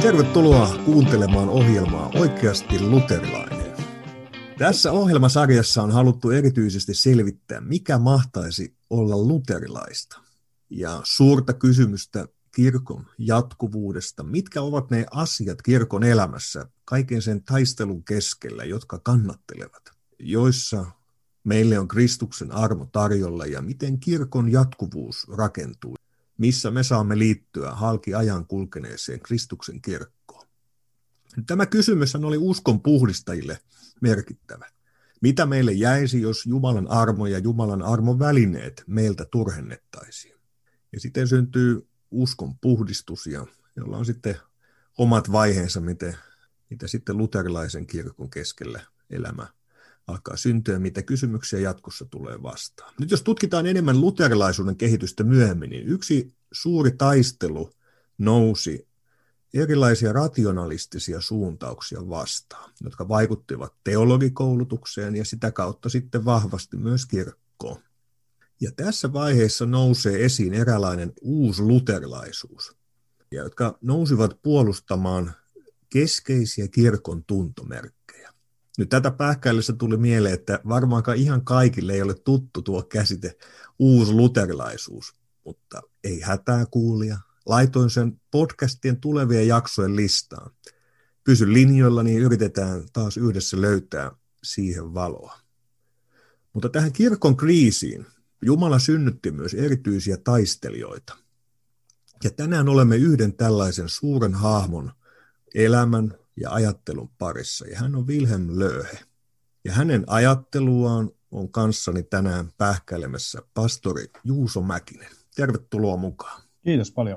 Tervetuloa kuuntelemaan ohjelmaa Oikeasti luterilainen. Tässä ohjelmasarjassa on haluttu erityisesti selvittää, mikä mahtaisi olla luterilaista. Ja suurta kysymystä kirkon jatkuvuudesta, mitkä ovat ne asiat kirkon elämässä kaiken sen taistelun keskellä, jotka kannattelevat, joissa meille on Kristuksen armo tarjolla ja miten kirkon jatkuvuus rakentuu, missä me saamme liittyä halki ajan kulkeneeseen Kristuksen kirkkoon. Tämä kysymys oli uskon puhdistajille merkittävä. Mitä meille jäisi, jos Jumalan armo ja Jumalan armon välineet meiltä turhennettaisiin? Ja sitten syntyy uskon puhdistus, jolla on sitten omat vaiheensa, mitä sitten luterilaisen kirkon keskellä elämä alkaa syntyä, mitä kysymyksiä jatkossa tulee vastaan. Nyt jos tutkitaan enemmän luterilaisuuden kehitystä myöhemmin, niin yksi suuri taistelu nousi erilaisia rationalistisia suuntauksia vastaan, jotka vaikuttivat teologikoulutukseen ja sitä kautta sitten vahvasti myös kirkkoon. Ja tässä vaiheessa nousee esiin eräänlainen uusi luterilaisuus, jotka nousivat puolustamaan keskeisiä kirkon tuntomerkkejä. Nyt tätä pähkäillessä tuli mieleen, että varmaankaan ihan kaikille ei ole tuttu tuo käsite uusi luterilaisuus, mutta ei hätää kuulija. Laitoin sen podcastien tulevien jaksojen listaan. Pysy linjoilla, niin yritetään taas yhdessä löytää siihen valoa. Mutta tähän kirkon kriisiin Jumala synnytti myös erityisiä taistelijoita. Ja tänään olemme yhden tällaisen suuren hahmon elämän ja ajattelun parissa, ja hän on Wilhelm Löhe. Ja hänen ajatteluaan on kanssani tänään pähkäilemässä pastori Juuso Mäkinen. Tervetuloa mukaan. Kiitos paljon.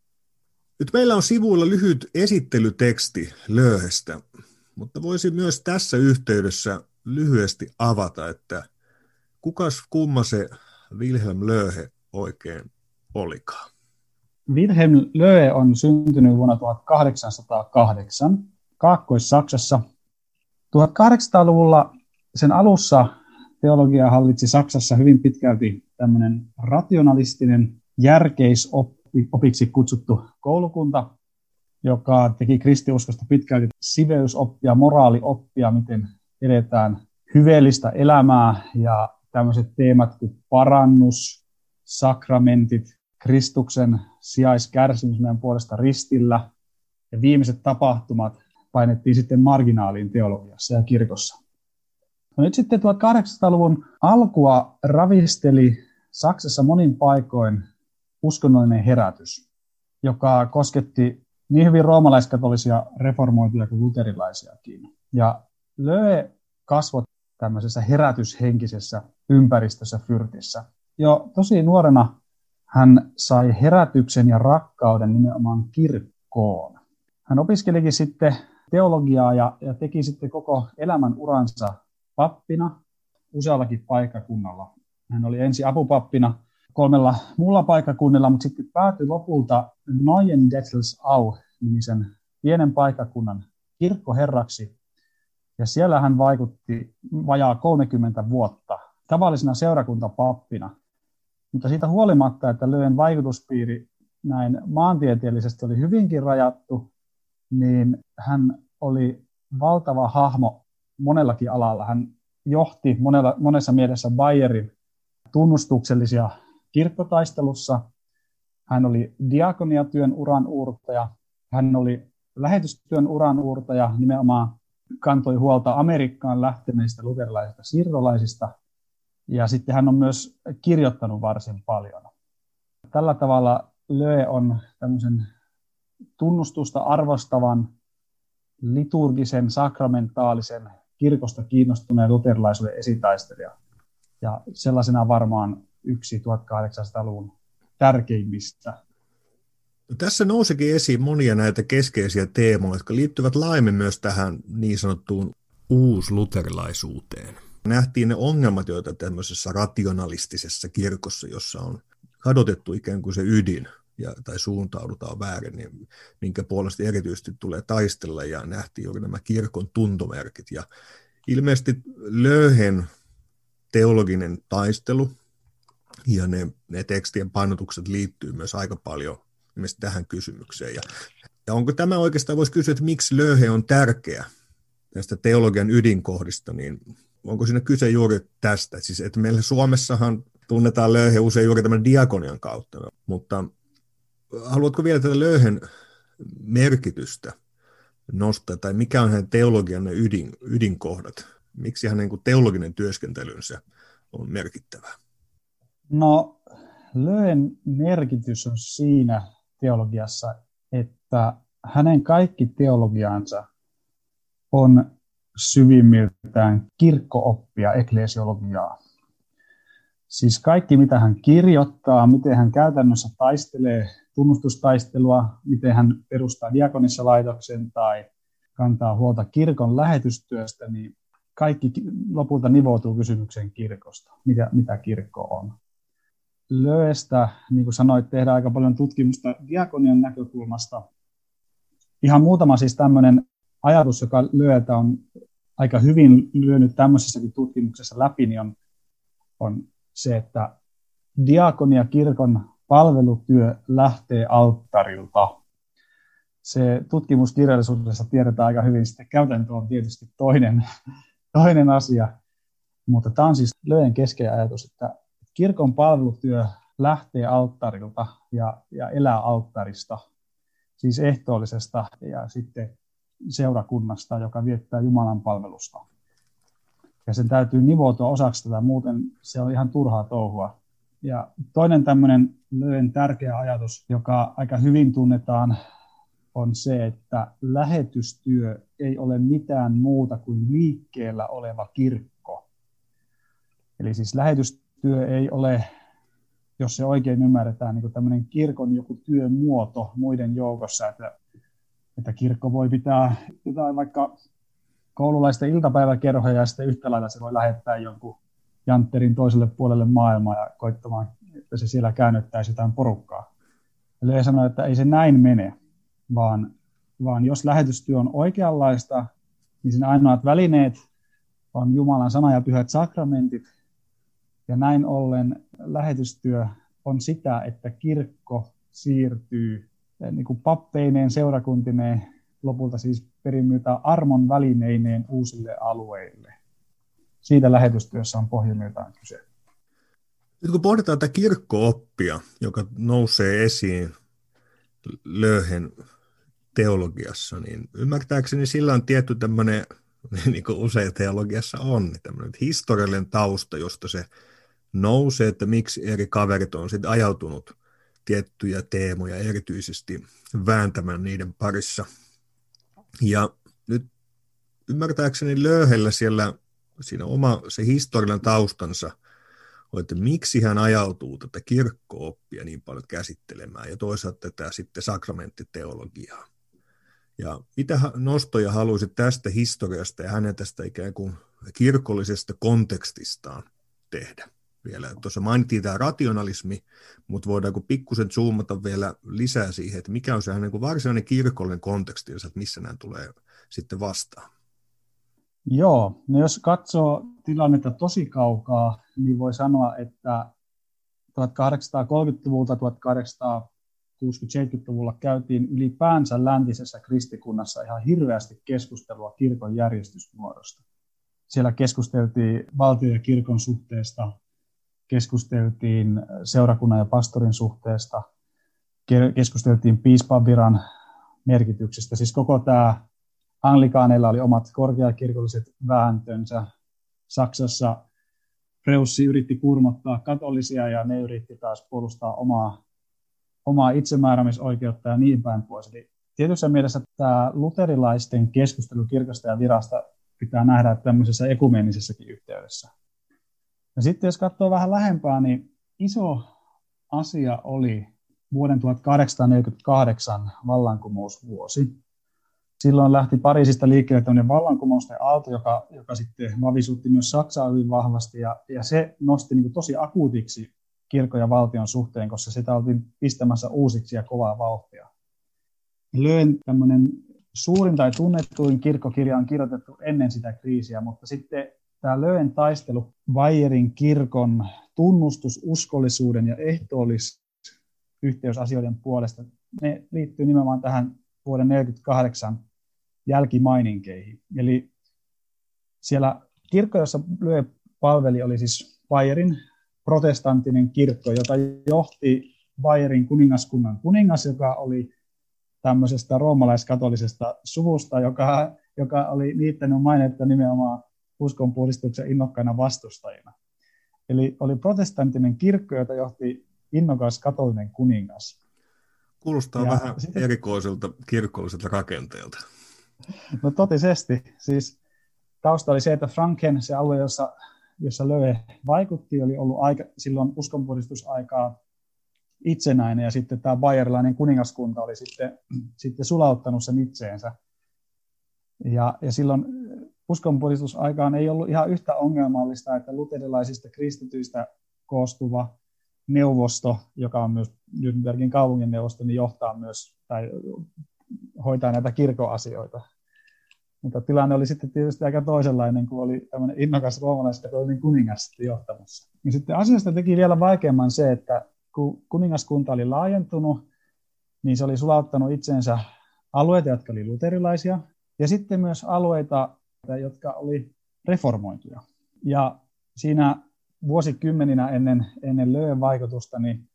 Nyt meillä on sivuilla lyhyt esittelyteksti Löhestä, mutta voisin myös tässä yhteydessä lyhyesti avata, että kukas kumma se Wilhelm Löhe oikein olikaan? Wilhelm Löhe on syntynyt vuonna 1808 Kaakkois-Saksassa. 1800-luvulla sen alussa teologia hallitsi Saksassa hyvin pitkälti tämmöinen rationalistinen järkeisopiksi kutsuttu koulukunta, joka teki kristiuskosta pitkälti siveysoppia, moraalioppia, miten eletään hyveellistä elämää ja tämmöiset teemat kuin parannus, sakramentit, Kristuksen sijaiskärsimys meidän puolesta ristillä ja viimeiset tapahtumat painettiin sitten marginaaliin teologiassa ja kirkossa. No nyt sitten 1800-luvun alkua ravisteli Saksassa monin paikoin uskonnollinen herätys, joka kosketti niin hyvin roomalaiskatolisia reformoituja kuin luterilaisiakin. Ja Löhe kasvoi tämmöisessä herätyshenkisessä ympäristössä Fürthissä. Jo tosi nuorena hän sai herätyksen ja rakkauden nimenomaan kirkkoon. Hän opiskelikin sitten teologiaa ja teki sitten koko elämän uransa pappina useallakin paikkakunnalla. Hän oli ensin apupappina 3 muulla paikkakunnilla, mutta sitten päätyi lopulta Neuendettelsau-nimisen pienen paikkakunnan kirkkoherraksi. Ja siellä hän vaikutti vajaa 30 vuotta tavallisena seurakuntapappina. Mutta siitä huolimatta, että Löhen vaikutuspiiri näin maantieteellisesti oli hyvinkin rajattu, niin hän oli valtava hahmo monellakin alalla. Hän johti monessa mielessä Bayerin tunnustuksellisia kirkkotaistelussa. Hän oli diakoniatyön uranuurtaja. Hän oli lähetystyön uranuurtaja, nimenomaan kantoi huolta Amerikkaan lähteneistä luterilaisista siirtolaisista. Ja sitten hän on myös kirjoittanut varsin paljon. Tällä tavalla Löhe on tämmöisen tunnustusta arvostavan, liturgisen, sakramentaalisen, kirkosta kiinnostuneen luterilaisuuden esitaistelija. Ja sellaisena varmaan yksi 1800-luvun tärkeimmistä. Tässä nousikin esiin monia näitä keskeisiä teemoja, jotka liittyvät laajemmin myös tähän niin sanottuun uusluterilaisuuteen. Nähtiin ne ongelmat, joita tämmöisessä rationalistisessa kirkossa, jossa on kadotettu ikään kuin se ydin tai suuntaudutaan väärin, niin minkä puolesta erityisesti tulee taistella, ja nähtiin juuri nämä kirkon tuntomerkit. Ja ilmeisesti Löhen teologinen taistelu ja ne tekstien painotukset liittyy myös aika paljon tähän kysymykseen. Ja Ja onko tämä oikeastaan, voisi kysyä, että miksi löyhe on tärkeä tästä teologian ydinkohdista, niin onko siinä kyse juuri tästä? Siis, että meillä Suomessahan tunnetaan löyhe usein juuri tämän diakonian kautta, mutta haluatko vielä tätä löyhen merkitystä nostaa, tai mikä on hänen teologian ne ydinkohdat? Miksi hänen teologinen työskentelynsä on merkittävää? No, Löhen merkitys on siinä teologiassa, että hänen kaikki teologiansa on syvimmiltään kirkko-oppia, eklesiologiaa. Siis kaikki, mitä hän kirjoittaa, miten hän käytännössä taistelee tunnustustaistelua, miten hän perustaa diakonissalaitoksen tai kantaa huolta kirkon lähetystyöstä, niin kaikki lopulta nivoutuu kysymykseen kirkosta, mitä kirkko on. Löhestä, niin kuin sanoit, tehdään aika paljon tutkimusta diakonian näkökulmasta. Ihan muutama siis tämmöinen ajatus, joka Löheltä on aika hyvin lyönyt tämmöisessäkin tutkimuksessa läpi, niin on se, että diakonia kirkon palvelutyö lähtee alttarilta. Se tutkimuskirjallisuudessa tiedetään aika hyvin, sitten käytäntö on tietysti toinen asia, mutta tämä on siis Löhen keskeinen ajatus, että kirkon palvelutyö lähtee alttarilta ja elää alttarista, siis ehtoollisesta ja sitten seurakunnasta, joka viettää Jumalan palvelusta. Ja sen täytyy nivoutua osaksi tätä, muuten se on ihan turhaa touhua. Ja toinen tämmöinen Löhen tärkeä ajatus, joka aika hyvin tunnetaan, on se, että lähetystyö ei ole mitään muuta kuin liikkeellä oleva kirkko. Eli siis lähetystyö ei ole, jos se oikein ymmärretään, niin kuin tämmöinen kirkon joku työmuoto muiden joukossa, että kirkko voi pitää jotain vaikka koululaisten iltapäiväkerhoja ja sitten yhtä lailla se voi lähettää jonkun jantterin toiselle puolelle maailmaa ja koittamaan, että se siellä käännyttäisi jotain porukkaa. Eli sanoi, että ei se näin mene, vaan jos lähetystyö on oikeanlaista, niin sen ainoat välineet on Jumalan sana ja pyhät sakramentit. Ja näin ollen lähetystyö on sitä, että kirkko siirtyy niin kuin pappeineen, seurakuntineen, lopulta siis perimmiltään armon välineineen uusille alueille. Siitä lähetystyössä on pohjimmiltaan kyse. Nyt kun pohditaan tätä kirkko-oppia, joka nousee esiin Löhen teologiassa, niin ymmärtääkseni sillä on tietty tämmöinen, niin kuin usein teologiassa on, tämmöinen historiallinen tausta, josta se nousee, että miksi eri kaverit on sitten ajautunut tiettyjä teemoja erityisesti vääntämään niiden parissa. Ja nyt ymmärtääkseni Löhellä siinä oma se historiallinen taustansa on, että miksi hän ajautuu tätä kirkko-oppia niin paljon käsittelemään ja toisaalta tätä sitten sakramenttiteologiaa. Ja mitä nostoja haluaisit tästä historiasta ja hänen tästä ikään kuin kirkollisesta kontekstistaan tehdä? Vielä tuossa mainittiin tämä rationalismi, mutta voidaanko pikkusen zoomata vielä lisää siihen, että mikä on se hänen varsinainen kirkollinen konteksti, että missä nämä tulee sitten vastaan? Joo, no jos katsoo tilannetta tosi kaukaa, niin voi sanoa, että 1830-luvulta 1860-70-luvulla käytiin ylipäänsä läntisessä kristikunnassa ihan hirveästi keskustelua kirkon järjestysmuodosta. Siellä keskusteltiin valtion ja kirkon suhteesta, keskusteltiin seurakunnan ja pastorin suhteesta, keskusteltiin piispan viran merkityksestä. Siis koko tämä anglikaaneilla oli omat korkeakirkolliset vääntönsä. Saksassa Preussi yritti kurmottaa katolisia ja ne yritti taas puolustaa omaa itsemääräämisoikeutta ja niin päin pois. Eli tietyssä mielessä tämä luterilaisten keskustelu kirkosta ja virasta pitää nähdä tämmöisessä ekumenisessakin yhteydessä. Ja sitten jos katsoo vähän lähempää, niin iso asia oli vuoden 1848 vallankumousvuosi. Silloin lähti Pariisista liikkeelle tämmöinen vallankumousten aalto, joka sitten vavisuutti myös Saksaa hyvin vahvasti, ja se nosti niin kuin tosi akuutiksi kirkon ja valtion suhteen, koska sitä oltiin pistämässä uusiksi ja kovaa vauhtia. Löhen tämmöinen suurin tai tunnettuin kirkkokirja on kirjoitettu ennen sitä kriisiä, mutta sitten tämä Löhen taistelu Bayerin kirkon tunnustus, uskollisuuden ja ehtoollisyhteysasioiden puolesta, ne liittyy nimenomaan tähän vuoden 1948 jälkimaininkeihin. Eli siellä kirkko, jossa Löö palveli, oli siis Bayerin protestanttinen kirkko, jota johti Bayerin kuningaskunnan kuningas, joka oli tämmöisestä roomalaiskatolisesta suvusta, joka oli niittänyt mainetta nimenomaan uskonpuhdistuksen innokkaina vastustajina. Eli oli protestanttinen kirkko, jota johti innokas katolinen kuningas. Kuulostaa vähän erikoiselta kirkolliselta rakenteelta. No totisesti. Siis tausta oli se, että Franken, se alue, jossa Löö vaikutti, oli ollut silloin uskonpuhdistusaikaa itsenäinen, ja sitten tämä bayerilainen kuningaskunta oli sitten sulauttanut sen itseensä. Ja silloin uskonpuhdistusaikaan ei ollut ihan yhtä ongelmallista, että luterilaisista kristityistä koostuva neuvosto, joka on myös Nürnbergin kaupungin neuvosto, niin johtaa myös tai hoitaa näitä kirkoasioita. Mutta tilanne oli sitten tietysti aika toisenlainen, kun oli tämmöinen innokas roomalaiskatolinen kuningas johtamassa. Ja sitten asiasta teki vielä vaikeamman se, että kun kuningaskunta oli laajentunut, niin se oli sulauttanut itseensä alueita, jotka oli luterilaisia, ja sitten myös alueita, jotka oli reformoituja. Ja siinä vuosikymmeninä ennen Löön vaikutusta, niin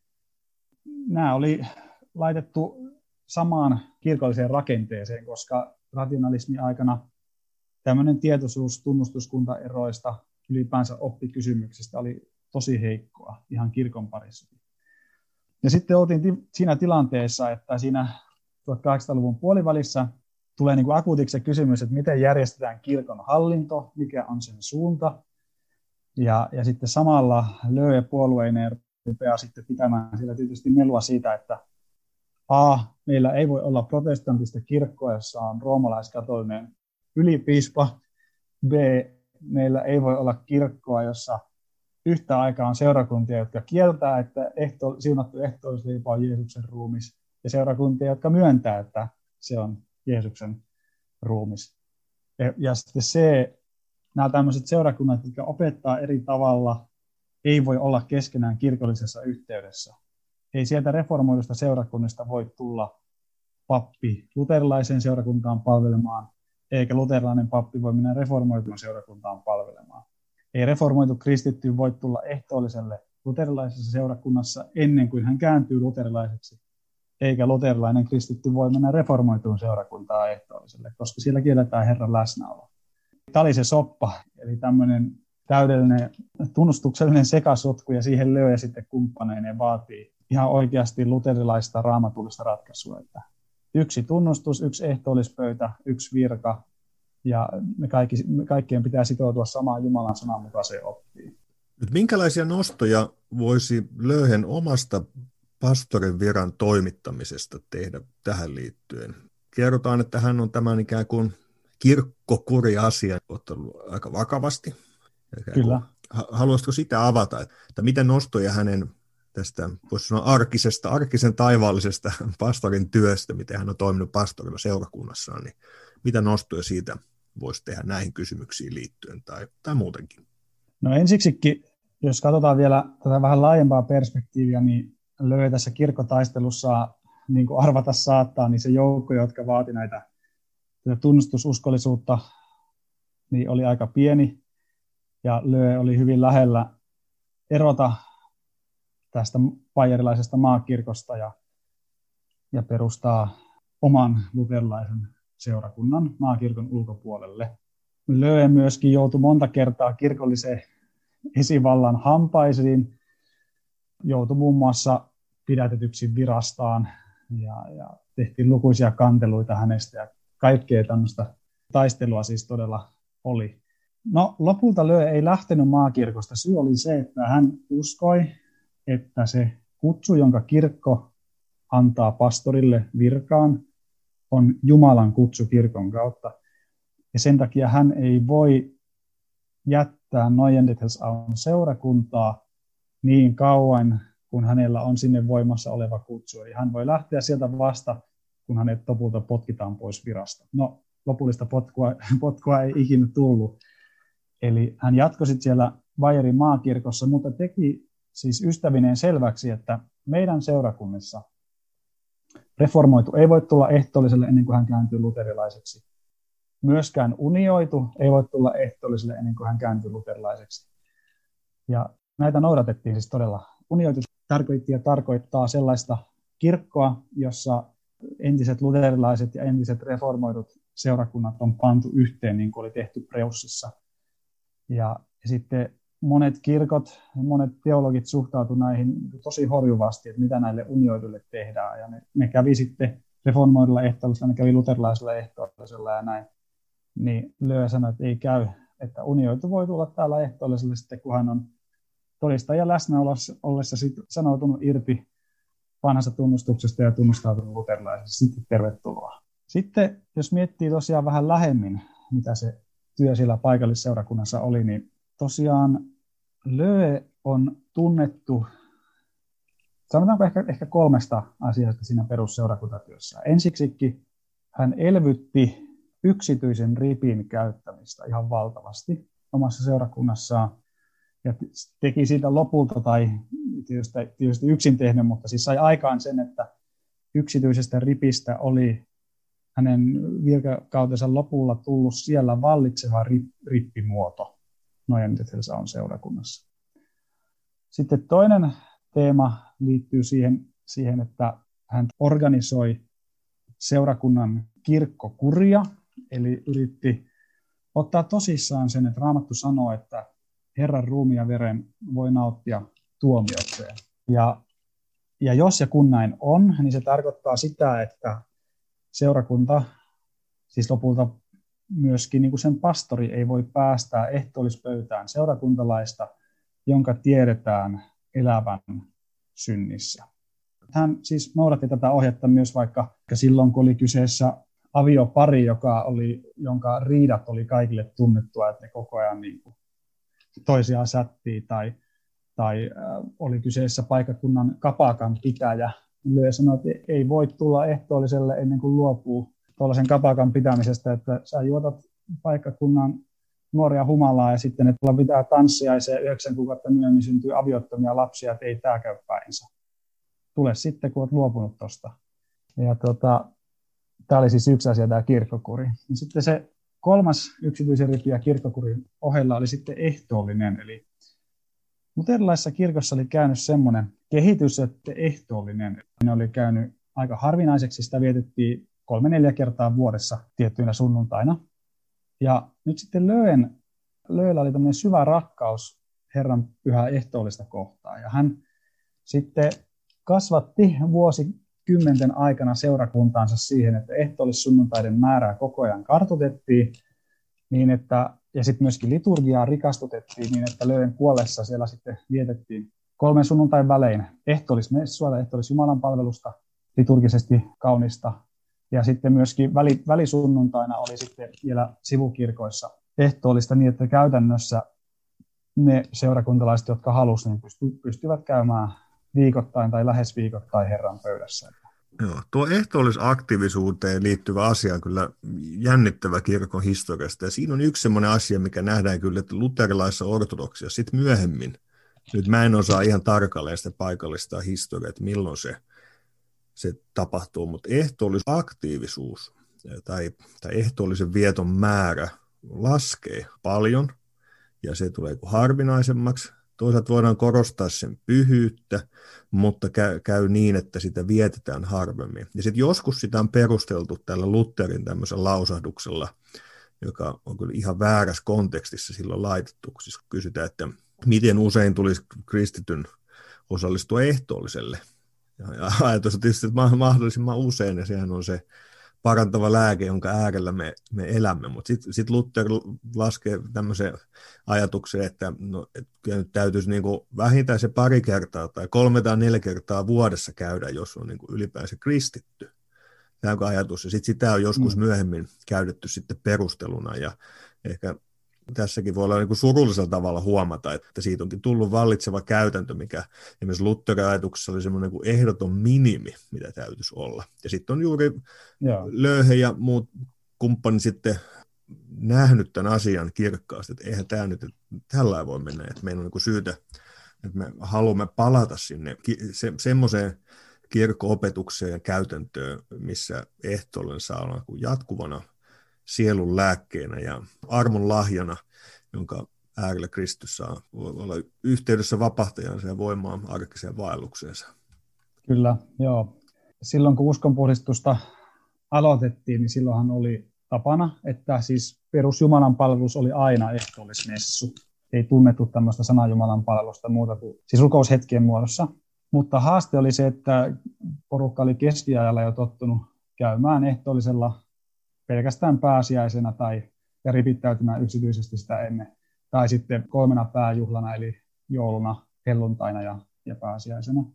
nämä oli laitettu samaan kirkolliseen rakenteeseen, koska rationalismin aikana tämmöinen tietoisuus tunnustuskuntaeroista, ylipäänsä oppikysymyksistä oli tosi heikkoa ihan kirkon parissa. Ja sitten oltiin siinä tilanteessa, että siinä 1800-luvun puolivälissä tulee niin kuin akuutiksi se kysymys, että miten järjestetään kirkon hallinto, mikä on sen suunta. Ja sitten samalla Löö puolueineen rupeaa sitten pitämään siellä tietysti melua siitä, että meillä ei voi olla protestantista kirkkoa, jossa on roomalaiskatolinen ylipiispa. B, meillä ei voi olla kirkkoa, jossa yhtä aikaa on seurakuntia, jotka kieltää, että siunattu ehtoollisleipa on Jeesuksen ruumis, ja seurakuntia, jotka myöntää, että se on Jeesuksen ruumis. Ja sitten C, nämä tämmöiset seurakunnat, jotka opettaa eri tavalla, ei voi olla keskenään kirkollisessa yhteydessä. Ei sieltä reformoidusta seurakunnista voi tulla pappi luterilaiseen seurakuntaan palvelemaan, eikä luterilainen pappi voi mennä reformoituun seurakuntaan palvelemaan. Ei reformoitu kristitty voi tulla ehtoolliselle luterilaisessa seurakunnassa ennen kuin hän kääntyy luterilaiseksi, eikä luterilainen kristitty voi mennä reformoituun seurakuntaan ehtoolliselle, koska siellä kielletään Herran läsnäolo. Tämä oli se soppa, eli tämmöinen täydellinen tunnustuksellinen sekasotku, ja siihen Löö sitten kumppaneineen vaatii ihan oikeasti luterilaista raamatullista ratkaisua. Että yksi tunnustus, yksi ehtoollispöytä, yksi virka, ja kaikkien pitää sitoutua samaan Jumalan sanan mukaiseen oppiin. Nyt minkälaisia nostoja voisi Löhen omasta pastorin viran toimittamisesta tehdä tähän liittyen? Kerrotaan, että hän on tämän ikään kuin kirkkokuri-asian ottanut aika vakavasti. Kyllä. Haluaisitko sitä avata, että miten nostoja hänen tästä, voisi sanoa arkisen taivaallisesta pastorin työstä, miten hän on toiminut pastorina seurakunnassaan, niin mitä nostoja siitä voisi tehdä näihin kysymyksiin liittyen tai muutenkin? No ensiksikin, jos katsotaan vielä tätä vähän laajempaa perspektiiviä, niin Löö tässä kirkkotaistelussa, niin kuin arvata saattaa, niin se joukko, jotka vaati tätä tunnustususkollisuutta, niin oli aika pieni, ja Löö oli hyvin lähellä erota tästä bayerilaisesta maakirkosta ja perustaa oman luterilaisen seurakunnan maakirkon ulkopuolelle. Löö myöskin joutui monta kertaa kirkollisen esivallan hampaisiin, joutui muun muassa pidätetyksi virastaan ja tehtiin lukuisia kanteluita hänestä ja kaikkea tämmöistä taistelua siis todella oli. No lopulta Löö ei lähtenyt maakirkosta. Syy oli se, että hän uskoi, että se kutsu, jonka kirkko antaa pastorille virkaan, on Jumalan kutsu kirkon kautta. Ja sen takia hän ei voi jättää Neuendetesauun seurakuntaa niin kauan, kun hänellä on sinne voimassa oleva kutsu. Eli hän voi lähteä sieltä vasta, kun hänet lopulta potkitaan pois virasta. No, lopullista potkua ei ikinä tullut. Eli hän jatkoi sitten siellä Bayerin maakirkossa, mutta teki siis ystävineen selväksi, että meidän seurakunnissa reformoitu ei voi tulla ehtoolliselle ennen kuin hän kääntyy luterilaiseksi. Myöskään unioitu ei voi tulla ehtoolliselle ennen kuin hän kääntyy luterilaiseksi. Ja näitä noudatettiin siis todella. Unioitus tarkoittaa sellaista kirkkoa, jossa entiset luterilaiset ja entiset reformoidut seurakunnat on pantu yhteen, niin kuin oli tehty Preussissa. Ja sitten monet kirkot ja monet teologit suhtautuivat näihin tosi horjuvasti, että mitä näille unioiduille tehdään. Ja ne kävi sitten reformoidulla ehtoollisella, ne kävi luterilaisella ehtoollisella ja näin. Niin Löö sanoi, että ei käy, että unioitu voi tulla täällä ehtoolliselle sitten, kun hän on todistajan läsnä ollessa sanoutunut irti vanhasta tunnustuksesta ja tunnustautunut luterilaisessa. Sitten tervetuloa. Sitten jos miettii tosiaan vähän lähemmin, mitä se työ siellä paikallisseurakunnassa oli, niin tosiaan Löö on tunnettu, sanotaanko ehkä 3 asiasta siinä perusseurakuntatyössä. Ensiksikin hän elvytti yksityisen ripin käyttämistä ihan valtavasti omassa seurakunnassaan ja teki siitä lopulta, tai tietysti yksin tehnyt, mutta siis sai aikaan sen, että yksityisestä ripistä oli hänen virkakautensa lopulla tullut siellä vallitseva rippimuoto Nojendetelsaon seurakunnassa. Sitten toinen teema liittyy siihen, että hän organisoi seurakunnan kirkkokuria, eli yritti ottaa tosissaan sen, että Raamattu sanoo, että Herran ruumiin ja veren voi nauttia tuomiokseen. Ja jos ja kun näin on, niin se tarkoittaa sitä, että seurakunta, siis lopulta myöskin niin kuin sen pastori ei voi päästää ehtoollispöytään seurakuntalaista, jonka tiedetään elävän synnissä. Hän siis noudatti tätä ohjetta myös vaikka silloin, kun oli kyseessä aviopari, jonka riidat oli kaikille tunnettua, että ne koko ajan niin kuin toisiaan sättii, tai oli kyseessä paikkakunnan kapakan pitäjä. Löö sanoi, että ei voi tulla ehtoolliselle ennen kuin luopuu tuollaisen kapakan pitämisestä, että sä juotat paikkakunnan nuoria humalaa ja sitten ne tulla pitää tanssia ja se 9 kuukautta myöhemmin syntyy aviottomia lapsia, että ei tämä käy päinsä. Tule sitten, kun olet luopunut tuosta. Ja tämä oli siis yksi asia, tämä kirkkokuri. Ja sitten se 3. yksityisen ripin ja kirkkokurin ohella oli sitten ehtoollinen. Eli luterilaisessa kirkossa oli käynyt semmoinen kehitys, että ehtoollinen ne oli käynyt aika harvinaiseksi. Sitä vietettiin 3-4 kertaa vuodessa tiettyinä sunnuntaina. Ja nyt sitten Lööllä oli tämmöinen syvä rakkaus Herran pyhää ehtoollista kohtaan. Ja hän sitten kasvatti vuosikymmenten aikana seurakuntaansa siihen, että ehtoollissunnuntaiden määrää koko ajan kartoitettiin, ja sitten myöskin liturgiaa rikastutettiin niin, että Löön kuollessa siellä sitten vietettiin 3 sunnuntain välein ehtoollismessua tai ehtoollisjumalan palvelusta, liturgisesti kaunista. Ja sitten myöskin välisunnuntaina oli sitten vielä sivukirkoissa ehtoollista niin, että käytännössä ne seurakuntalaiset, jotka halusivat, niin pystyvät käymään viikoittain tai lähes viikoittain Herran pöydässä. Joo, tuo ehtoollisaktiivisuuteen liittyvä asia on kyllä jännittävä kirkon historiasta. Ja siinä on yksi sellainen asia, mikä nähdään kyllä, että luterilaisessa ortodoksiassa sitten myöhemmin. Nyt mä en osaa ihan tarkalleen sitä paikallista historiaa, että milloin se tapahtuu, mutta ehtoollisaktiivisuus tai ehtoollisen vieton määrä laskee paljon ja se tulee harvinaisemmaksi. Toisaalta voidaan korostaa sen pyhyyttä, mutta käy niin, että sitä vietetään harvemmin. Ja sitten joskus sitä on perusteltu tällä Lutherin tämmöisellä lausahduksella, joka on kyllä ihan väärässä kontekstissa silloin laitettu, kun siis kysytään, että miten usein tulisi kristityn osallistua ehtoolliselle. Ja ajatus on tietysti, että mahdollisimman usein, ja sehän on se parantava lääke, jonka äärellä me elämme. Mutta sitten Luther laskee tämmöisen ajatuksen, että nyt täytyisi niinku vähintään se 2 kertaa tai 3 tai 4 kertaa vuodessa käydä, jos on niinku ylipäänsä kristitty. Tämä on ajatus. Ja sitten sitä on joskus myöhemmin käytetty sitten perusteluna. Ja ehkä tässäkin voi olla niin kuin surullisella tavalla huomata, että siitä onkin tullut vallitseva käytäntö, mikä esimerkiksi Lutherin ajatuksessa oli semmoinen kuin ehdoton minimi, mitä täytyisi olla. Ja sitten on juuri Löhe ja muut kumppanit sitten nähnyt tämän asian kirkkaasti, että eihän tämä nyt tällä voi mennä, että meidän on niin kuin syytä, että me haluamme palata sinne semmoiseen kirkko-opetukseen ja käytäntöön, missä ehtoollinen saa olla jatkuvana sielun lääkkeenä ja armon lahjana, jonka äärellä Kristus saa olla yhteydessä vapahtajansa ja voimaan arkiseen vaellukseensa. Kyllä, joo. Silloin kun uskonpuhdistusta aloitettiin, niin silloinhan oli tapana, että siis perusjumalan palvelus oli aina ehtoollismessu. Ei tunnettu tämmöistä sanajumalan palvelusta muuta kuin siis rukoushetkien muodossa. Mutta haaste oli se, että porukka oli keskiajalla jo tottunut käymään ehtoollisella pelkästään pääsiäisenä ja ripittäytymään yksityisesti sitä ennen. Tai sitten 3 pääjuhlana, eli jouluna, helluntaina ja pääsiäisenä.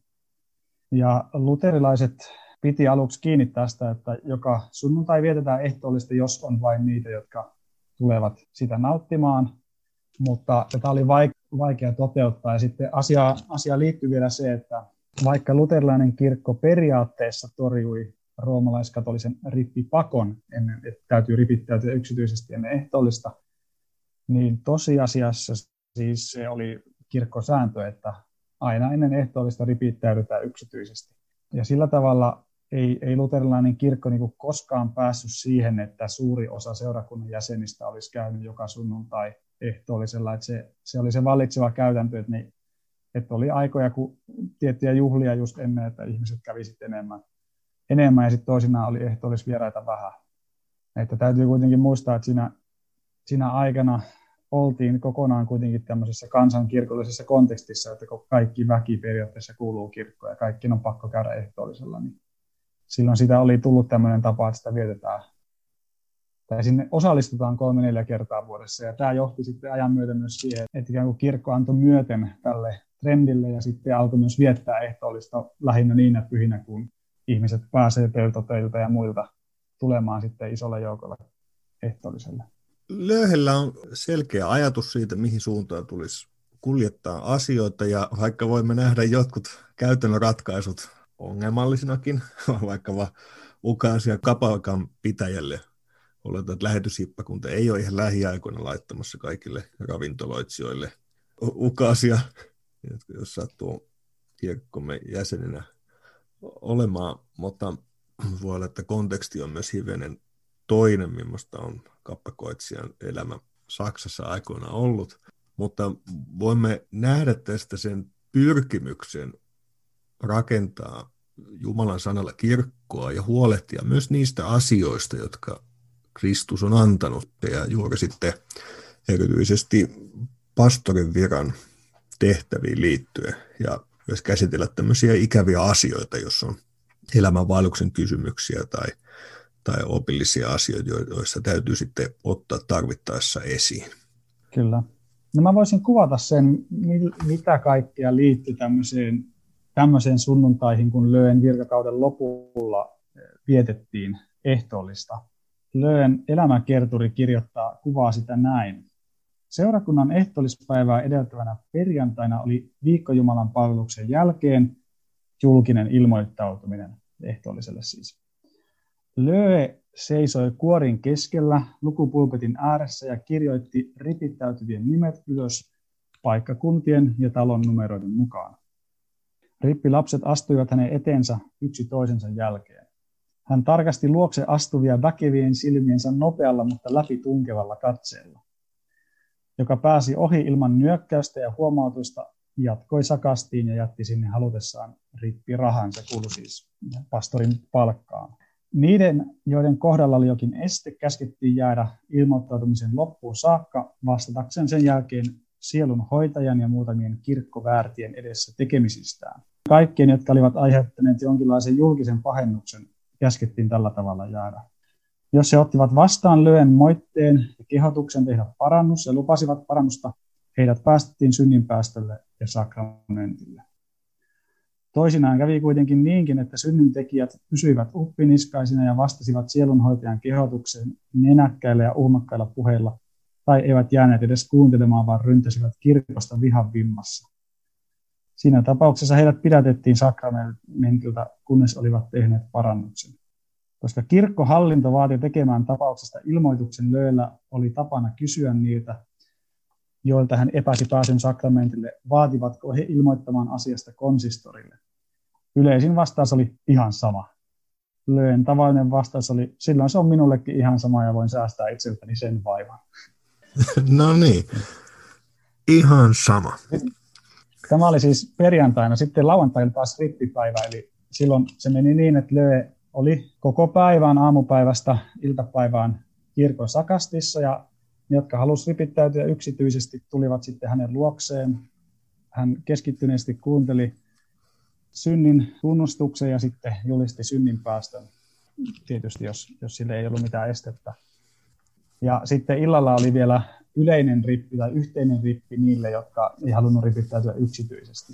Ja luterilaiset piti aluksi kiinni tästä, että joka sunnuntai vietetään ehtoollista, jos on vain niitä, jotka tulevat sitä nauttimaan. Mutta tätä oli vaikea toteuttaa. Ja sitten asiaan liittyy vielä se, että vaikka luterilainen kirkko periaatteessa torjui roomalaiskatolisen rippipakon, että täytyy ripittäytyä yksityisesti ennen ehtoollista, niin tosiasiassa siis se oli kirkkosääntö, että aina ennen ehtoollista ripittäydytään yksityisesti. Ja sillä tavalla ei luterilainen kirkko niin kuin koskaan päässyt siihen, että suuri osa seurakunnan jäsenistä olisi käynyt joka sunnuntai ehtoollisella. Että se oli se vallitseva käytäntö, että oli aikoja, kun tiettyjä juhlia just ennen, että ihmiset kävi sitten enemmän ja sitten toisinaan oli ehtoollisvieraita vähän. Että täytyy kuitenkin muistaa, että siinä aikana oltiin kokonaan kuitenkin tämmöisessä kansankirkollisessa kontekstissa, että kun kaikki väki periaatteessa kuuluu kirkkoon ja kaikki on pakko käydä ehtoollisella, niin silloin sitä oli tullut tämmöinen tapa, että sitä vietetään tai sinne osallistutaan 3-4 kertaa vuodessa. Ja tämä johti sitten ajan myötä myös siihen, että ikään kuin kirkko antoi myöten tälle trendille ja sitten alkoi myös viettää ehtoollista lähinnä niinä pyhinä, kun ihmiset pääsee peltoteiltä ja muilta tulemaan sitten isolla joukolla ehtoolliselle. Lööhellä on selkeä ajatus siitä, mihin suuntaan tulisi kuljettaa asioita, ja vaikka voimme nähdä jotkut käytännön ratkaisut ongelmallisinakin, vaikka ukaasia kapakan pitäjälle, oletan, että lähetyshippakunta ei ole ihan lähiaikoina laittamassa kaikille ravintoloitsijoille ukaasia, jos sattuu kirkkomme jäsenenä olemaan, mutta voi olla, että konteksti on myös hivenen toinen, millaista on kappakoitsijan elämä Saksassa aikoina ollut, mutta voimme nähdä tästä sen pyrkimyksen rakentaa Jumalan sanalla kirkkoa ja huolehtia myös niistä asioista, jotka Kristus on antanut, ja juuri sitten erityisesti pastorin viran tehtäviin liittyen, ja myös käsitellä tämmöisiä ikäviä asioita, jos on elämänvaelluksen kysymyksiä tai opillisia asioita, joissa täytyy sitten ottaa tarvittaessa esiin. Kyllä. No mä voisin kuvata sen, mitä kaikkea liittyy tämmöiseen sunnuntaihin, kun Löön virkakauden lopulla vietettiin ehtoollista. Löön elämäkerturi kuvaa sitä näin. Seurakunnan ehtoollispäivää edeltävänä perjantaina oli viikkojumalan palveluksen jälkeen julkinen ilmoittautuminen ehtoolliselle siis. Löö seisoi kuorin keskellä lukupulpetin ääressä ja kirjoitti ripittäytyvien nimet ylös paikkakuntien ja talon numeroiden mukaan. Rippilapset astuivat hänen eteensä yksi toisensa jälkeen. Hän tarkasti luokse astuvia väkevien silmiensä nopealla, mutta läpitunkevalla katseella. Joka pääsi ohi ilman nyökkäystä ja huomautusta, jatkoi sakastiin ja jätti sinne halutessaan rippirahan. Se kuului siis pastorin palkkaan. Niiden, joiden kohdalla oli jokin este, käskettiin jäädä ilmoittautumisen loppuun saakka vastatakseen sen jälkeen sielun hoitajan ja muutamien kirkkoväärtien edessä tekemisistään. Kaikkien, jotka olivat aiheuttaneet jonkinlaisen julkisen pahennuksen, käskettiin tällä tavalla jäädä. Jos he ottivat vastaan Löön moitteen ja kehotuksen tehdä parannus ja lupasivat parannusta, heidät päästettiin synninpäästölle ja sakramentille. Toisinaan kävi kuitenkin niinkin, että synnintekijät pysyivät uppiniskaisina ja vastasivat sielunhoitajan kehotukseen nenäkkäillä ja uhmakkailla puheilla, tai eivät jääneet edes kuuntelemaan, vaan ryntäsivät kirkosta vihan vimmassa. Siinä tapauksessa heidät pidätettiin sakramentilta, kunnes olivat tehneet parannuksen. Koska kirkkohallinto vaati tekemään tapauksesta ilmoituksen, Lööllä oli tapana kysyä niiltä, joilta hän epäsi pääsyn sakramentille, vaativatko he ilmoittamaan asiasta konsistorille. yleisin vastaus oli ihan sama. Löön tavallinen vastaus oli, silloin se on minullekin ihan sama ja voin säästää itseltäni sen vaivan. No niin, ihan sama. Tämä oli siis perjantaina, sitten lauantaina taas rippipäivä, eli silloin se meni niin, että Löö oli koko päivän aamupäivästä iltapäivään kirkon sakastissa, ja ne, jotka halusivat ripittäytyä yksityisesti, tulivat sitten hänen luokseen. Hän keskittyneesti kuunteli synnin tunnustuksen ja sitten julisti synninpäästön, tietysti jos sille ei ollut mitään estettä. Ja sitten illalla oli vielä yleinen rippi tai yhteinen rippi niille, jotka ei halunnut ripittäytyä yksityisesti.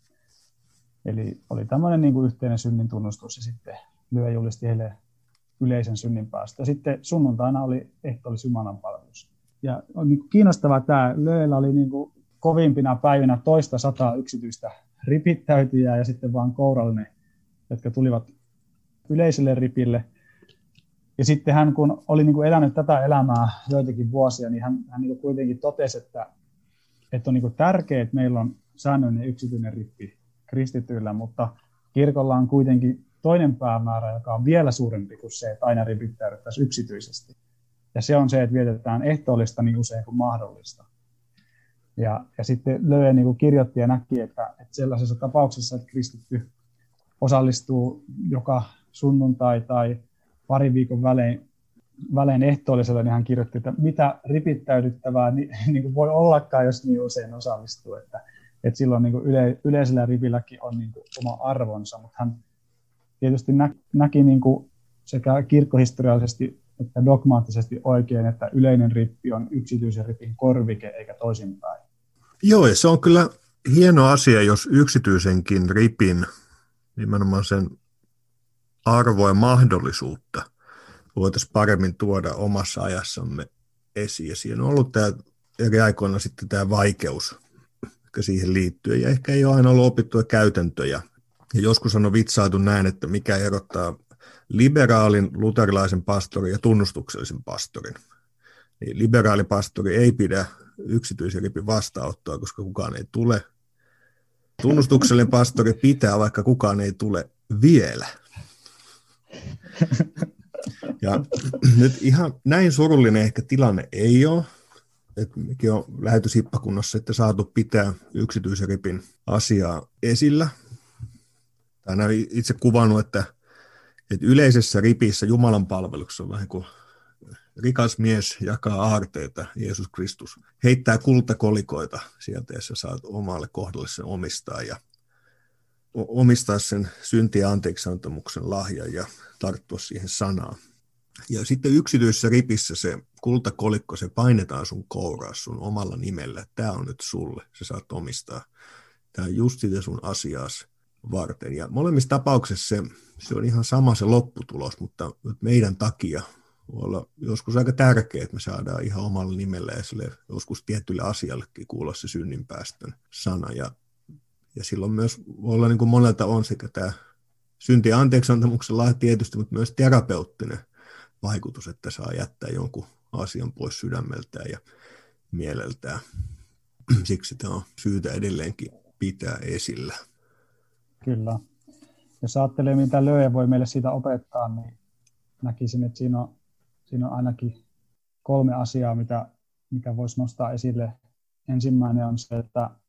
Eli oli tämmöinen niin kuin yhteinen synnin tunnustus ja sitten Löö julisti heille yleisen synninpäästön. Ja sitten sunnuntaina oli ehtoollis jumalanpalvelus. Ja on niin kuin kiinnostavaa tämä, Lööllä oli niin kuin kovimpina päivinä 200 yksityistä ripittäytyjää ja sitten vaan kourallinen, jotka tulivat yleiselle ripille. Ja sitten hän, kun oli niin kuin elänyt tätä elämää joitakin vuosia, niin hän niin kuin kuitenkin totesi, että on niin kuin tärkeää, että meillä on säännöllinen yksityinen rippi kristityillä, mutta kirkolla on kuitenkin toinen päämäärä, joka on vielä suurempi kuin se, että aina ripittäydyttäisiin yksityisesti. Ja se on se, että vietetään ehtoollista niin usein kuin mahdollista. Ja sitten Löö niin kuin kirjoitti ja näki, että sellaisessa tapauksessa, että kristitty osallistuu joka sunnuntai tai parin viikon välein ehtoollisella, niin hän kirjoitti, että mitä ripittäydyttävää niin kuin voi ollakaan, jos niin usein osallistuu. Että silloin niin kuin yleisellä ripilläkin on niin kuin oma arvonsa, mutta hän tietysti näki niin kuin sekä kirkkohistoriallisesti että dogmaattisesti oikein, että yleinen rippi on yksityisen ripin korvike eikä toisinpäin. Joo, ja se on kyllä hieno asia, jos yksityisenkin ripin, nimenomaan sen arvoa ja mahdollisuutta voitaisiin paremmin tuoda omassa ajassamme esiin. Ja siinä on ollut tämä eri aikoina sitten tämä vaikeus siihen liittyen, ja ehkä ei ole aina ollut opittuja käytäntöjä. Ja joskus on vitsailtu näin, että mikä erottaa liberaalin luterilaisen pastorin ja tunnustuksellisen pastorin. Niin liberaalipastori ei pidä yksityisen ripin vastaanottoa, koska kukaan ei tule. Tunnustuksellinen pastori pitää, vaikka kukaan ei tule vielä. Ja nyt ihan näin surullinen ehkä tilanne ei ole. Että mekin on lähetyshipppakunnassa sitten saatu pitää yksityisen ripin asiaa esillä. Tämä on itse kuvannut, että yleisessä ripissä Jumalan palveluksessa on vähän kuin rikas mies jakaa aarteita, Jeesus Kristus heittää kultakolikoita sieltä, ja sä saat omalle kohdalle sen omistaa ja omistaa sen synti- ja anteeksiantamuksen lahjan ja tarttua siihen sanaan. Ja sitten yksityisessä ripissä se kultakolikko, se painetaan sun kouraan sun omalla nimellä. Tämä on nyt sulle, sä saat omistaa. Tämä on just sitä sun asiaas varten. Ja molemmissa tapauksissa se on ihan sama se lopputulos, mutta meidän takia voi olla joskus aika tärkeää, että me saadaan ihan omalla nimellä ja sille joskus tietylle asiallekin kuulla se synninpäästön sana. Ja silloin myös voi olla, niin kuin monelta on sekä tämä synti- ja anteeksiantamuksen lahja tietysti, mutta myös terapeuttinen vaikutus, että saa jättää jonkun asian pois sydämeltään ja mieleltään. Siksi tämä on syytä edelleenkin pitää esillä. Kyllä. Jos ajattelee, mitä Löö voi meille siitä opettaa, niin näkisin, että siinä on ainakin 3 asiaa, mikä voisi nostaa esille. Ensimmäinen on se,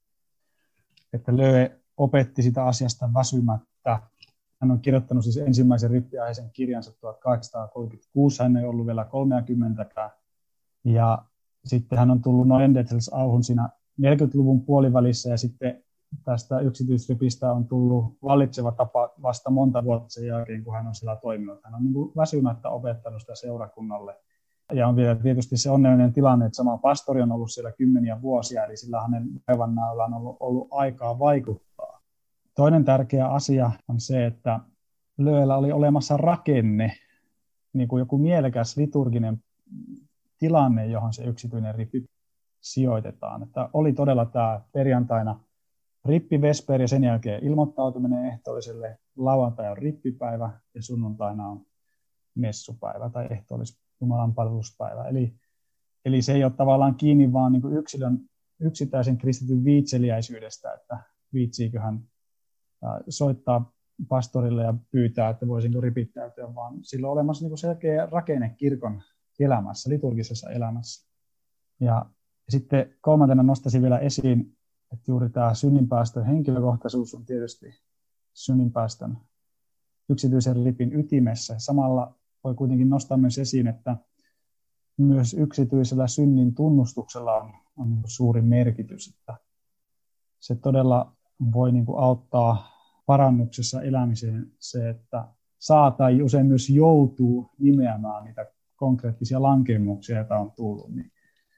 että Löö opetti sitä asiasta väsymättä. Hän on kirjoittanut siis ensimmäisen rippiaiheisen kirjansa 1836, hän ei ollut vielä 30. Ja sitten hän on tullut Neanderthals-auhun siinä 40-luvun puolivälissä, ja sitten tästä yksityisripistä on tullut vallitseva tapa vasta monta vuotta sen jälkeen, kun hän on siellä toiminut. Hän on niin kuin väsymättä opettanut sitä seurakunnalle. Ja on vielä tietysti se onnellinen tilanne, että sama pastori on ollut siellä kymmeniä vuosia, eli sillä hänen päivänäöllä on ollut aikaa vaikuttaa. Toinen tärkeä asia on se, että Lööllä oli olemassa rakenne, niin kuin joku mielekäs liturginen tilanne, johon se yksityinen rippi sijoitetaan. Että oli todella tämä perjantaina rippivesperi ja sen jälkeen ilmoittautuminen ehtoolliselle, lauantai on rippipäivä ja sunnuntaina on messupäivä tai ehtoollis Jumalan palveluspäivä. Eli se ei ole tavallaan kiinni vaan niin kuin yksittäisen kristityn viitseliäisyydestä, että viitsiikö hän soittaa pastorille ja pyytää, että voisinko ripittäytyä, vaan sillä on olemassa niin kuin selkeä rakenne kirkon elämässä, liturgisessa elämässä. Ja sitten kolmantena nostaisin vielä esiin, että juuri tämä synninpäästön henkilökohtaisuus on tietysti synninpäästön yksityisen ripin ytimessä. Samalla voi kuitenkin nostaa myös esiin, että myös yksityisellä synnin tunnustuksella on niin kuin suuri merkitys. Että se todella voi niin kuin auttaa parannuksessa elämiseen se, että saa tai usein myös joutuu nimeämään niitä konkreettisia lankeemuksia, joita on tullut. Niin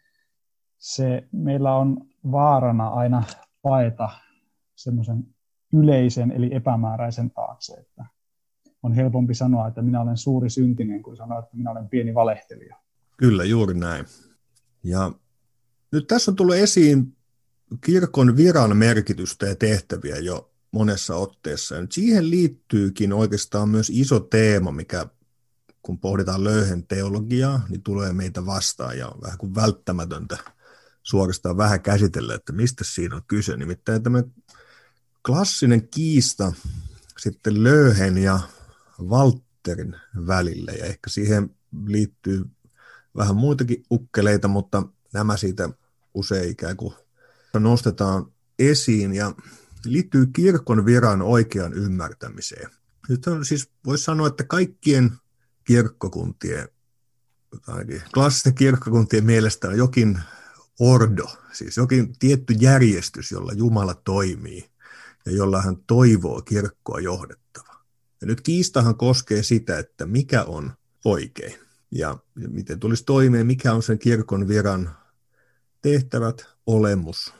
meillä on vaarana aina paeta semmoisen yleisen eli epämääräisen taakse, että on helpompi sanoa, että minä olen suuri syntinen, kuin sanoa, että minä olen pieni valehtelija. Kyllä, juuri näin. Ja nyt tässä on tullut esiin kirkon viran merkitystä ja tehtäviä jo monessa otteessa. Ja nyt siihen liittyykin oikeastaan myös iso teema, mikä kun pohditaan löyhen teologiaa, niin tulee meitä vastaan ja on vähän kuin välttämätöntä suorastaan vähän käsitellä, että mistä siinä on kyse. Nimittäin tämä klassinen kiista sitten löyhen ja Walterin välillä, ja ehkä siihen liittyy vähän muitakin ukkeleita, mutta nämä siitä usein ikään kuin nostetaan esiin ja liittyy kirkon viran oikean ymmärtämiseen. Nyt on siis, voisi sanoa, että kaikkien kirkkokuntien, ainakin klassisten kirkkokuntien mielestä on jokin ordo, siis jokin tietty järjestys, jolla Jumala toimii ja jolla hän toivoo kirkkoa johdettava. Ja nyt kiistahan koskee sitä, että mikä on oikein ja miten tulisi toimeen, mikä on sen kirkon viran tehtävät, olemus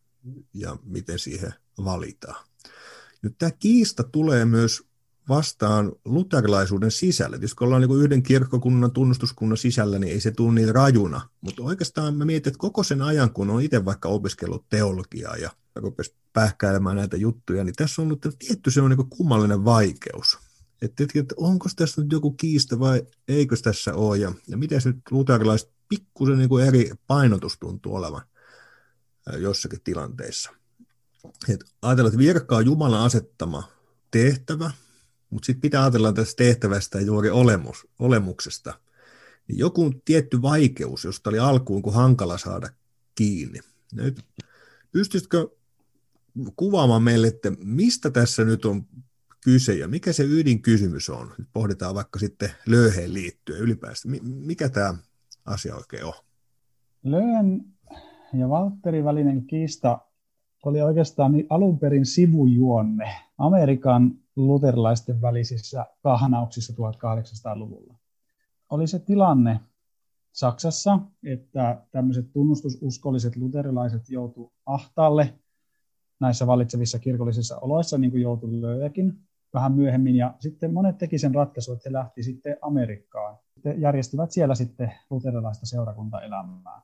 ja miten siihen valitaan. Nyt tämä kiista tulee myös vastaan luterilaisuuden sisällä. Tietysti kun ollaan niin yhden kirkkokunnan, tunnustuskunnan sisällä, niin ei se tule niin rajuna. Mutta oikeastaan mä mietin, että koko sen ajan, kun on itse vaikka opiskellut teologiaa ja rupesi pähkäilemään näitä juttuja, niin tässä on ollut tietty se on niin kummallinen vaikeus. Että onko tässä nyt joku kiista vai eikö tässä ole? Ja miten nyt luterilaiset pikkusen niin eri painotus tuntuu olevan jossakin tilanteissa. Et ajatellaan, että virka on Jumalan asettama tehtävä, mutta sitten pitää ajatella tästä tehtävästä ja juuri olemuksesta. Niin joku tietty vaikeus, josta oli alkuun kuin hankala saada kiinni. Nyt pystyisitkö kuvaamaan meille, että mistä tässä nyt on kyse ja mikä se ydinkysymys on? Nyt pohditaan vaikka sitten löyheen liittyen ylipäätään. Mikä tämä asia oikein on? Löyhen ja Walterin välinen kiista oli oikeastaan alun perin sivujuonne Amerikan luterilaisten välisissä kahnauksissa 1800-luvulla. Oli se tilanne Saksassa, että tämmöiset tunnustususkolliset luterilaiset joutuivat ahtaalle näissä vallitsevissa kirkollisissa oloissa, niin kuin joutui Löyhäkin vähän myöhemmin. Ja sitten monet teki sen ratkaisun, että he lähti sitten Amerikkaan. He järjestivät siellä sitten luterilaista seurakuntaelämää.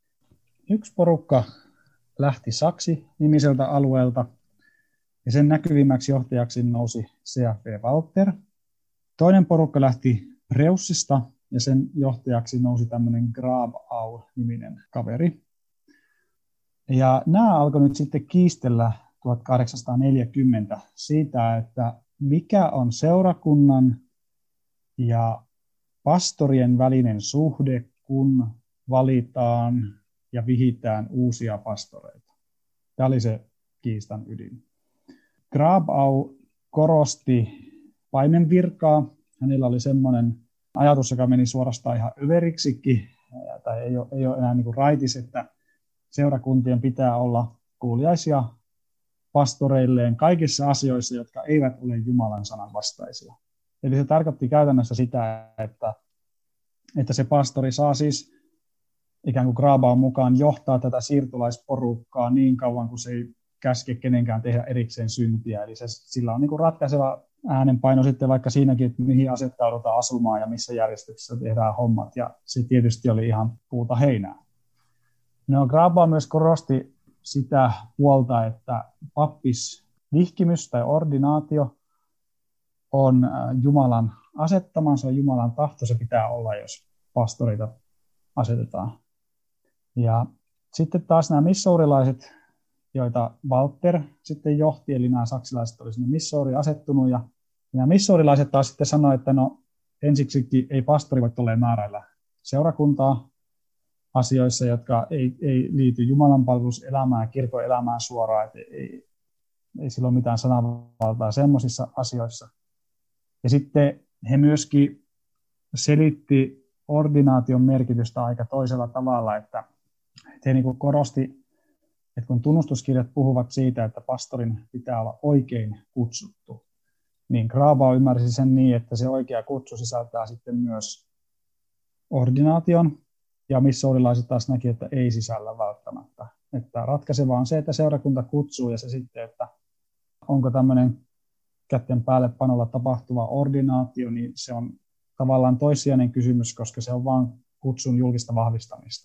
Yksi porukka lähti Saksi-nimiseltä alueelta, ja sen näkyvimmäksi johtajaksi nousi C.F. Walter. Toinen porukka lähti Preussista, ja sen johtajaksi nousi tämmöinen Grabau-niminen kaveri. Ja nämä alkoi nyt sitten kiistellä 1840 siitä, että mikä on seurakunnan ja pastorien välinen suhde, kun valitaan ja vihitään uusia pastoreita. Tämä oli se kiistan ydin. Grabau korosti paimenvirkaa. Hänellä oli semmoinen ajatus, joka meni suorastaan ihan överiksikin, tai ei ole enää niin kuin raitis, että seurakuntien pitää olla kuuliaisia pastoreilleen kaikissa asioissa, jotka eivät ole Jumalan sanan vastaisia. Eli se tarkoitti käytännössä sitä, että se pastori saa siis ikään kuin Grabaun mukaan johtaa tätä siirtolaisporukkaa niin kauan, kuin se ei käske kenenkään tehdä erikseen syntiä. Eli sillä on niin kuin ratkaiseva äänenpaino sitten vaikka siinäkin, että mihin asettaudutaan asumaan ja missä järjestyksessä tehdään hommat. Ja se tietysti oli ihan puuta heinää. No, Grabau myös korosti sitä puolta, että pappisvihkimys tai ordinaatio on Jumalan asettama, se on Jumalan tahto, se pitää olla, jos pastoreita asetetaan. Ja sitten taas nämä missourilaiset joita Walter sitten johti, eli nämä saksalaiset oli sinne Missouriin asettunut, ja nämä missourilaiset taas sitten sanoivat, että no ensiksikin ei pastori voi tolleen määräillä seurakuntaa asioissa, jotka ei liity jumalanpalveluselämään ja kirkon elämään suoraan, että ei sillä ole mitään sananvaltaa semmoisissa asioissa. Ja sitten he myöskin selitti ordinaation merkitystä aika toisella tavalla, että he niin kuin korosti, että kun tunnustuskirjat puhuvat siitä, että pastorin pitää olla oikein kutsuttu, niin Grabau ymmärsi sen niin, että se oikea kutsu sisältää sitten myös ordinaation, ja missourilaiset taas näki, että ei sisällä välttämättä. Että ratkaisevaa on se, että seurakunta kutsuu, ja se sitten, että onko tämmöinen kätten päälle panolla tapahtuva ordinaatio, niin se on tavallaan toissijainen kysymys, koska se on vain kutsun julkista vahvistamista.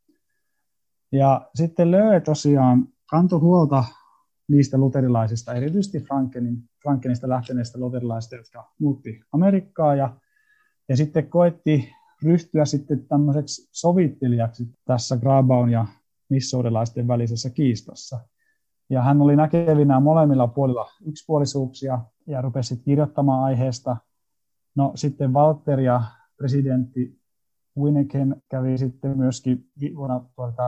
Ja sitten Löö tosiaan kantoi huolta niistä luterilaisista, erityisesti Frankenista lähteneistä luterilaisista, jotka muutti Amerikkaa, ja sitten koetti ryhtyä sitten tämmöiseksi sovittelijaksi tässä Grabaun ja missourilaisten välisessä kiistassa. Ja hän oli näkevinään molemmilla puolilla yksipuolisuuksia ja rupesi kirjoittamaan aiheesta. No sitten Walter ja presidentti Winneken kävi sitten myöskin vuonna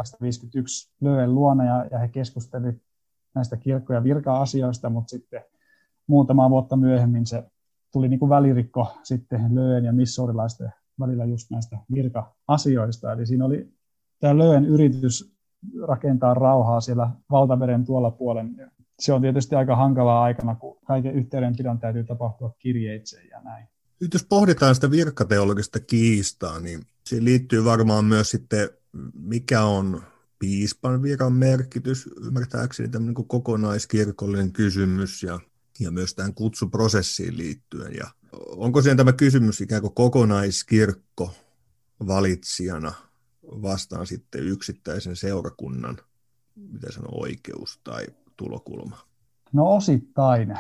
1951 Löön luona ja he keskustelivat näistä kirkko- ja virka-asioista, mutta sitten muutama vuotta myöhemmin se tuli niin kuin välirikko sitten Löön ja missourilaisten välillä just näistä virka-asioista. Eli siinä oli tämä Löön yritys rakentaa rauhaa siellä valtameren tuolla puolen. Se on tietysti aika hankalaa aikana, kun kaiken yhteydenpidon täytyy tapahtua kirjeitse ja näin. Nyt jos pohditaan sitä virkateologista kiistaa, niin siihen liittyy varmaan myös sitten, mikä on piispan viran merkitys, ymmärtääkseni tämmöinen kuin kokonaiskirkollinen kysymys ja myös tähän kutsuprosessiin liittyen. Ja onko siinä tämä kysymys ikään kuin kokonaiskirkko valitsijana vastaan sitten yksittäisen seurakunnan, mitä sanoo, oikeus tai tulokulma? No osittain.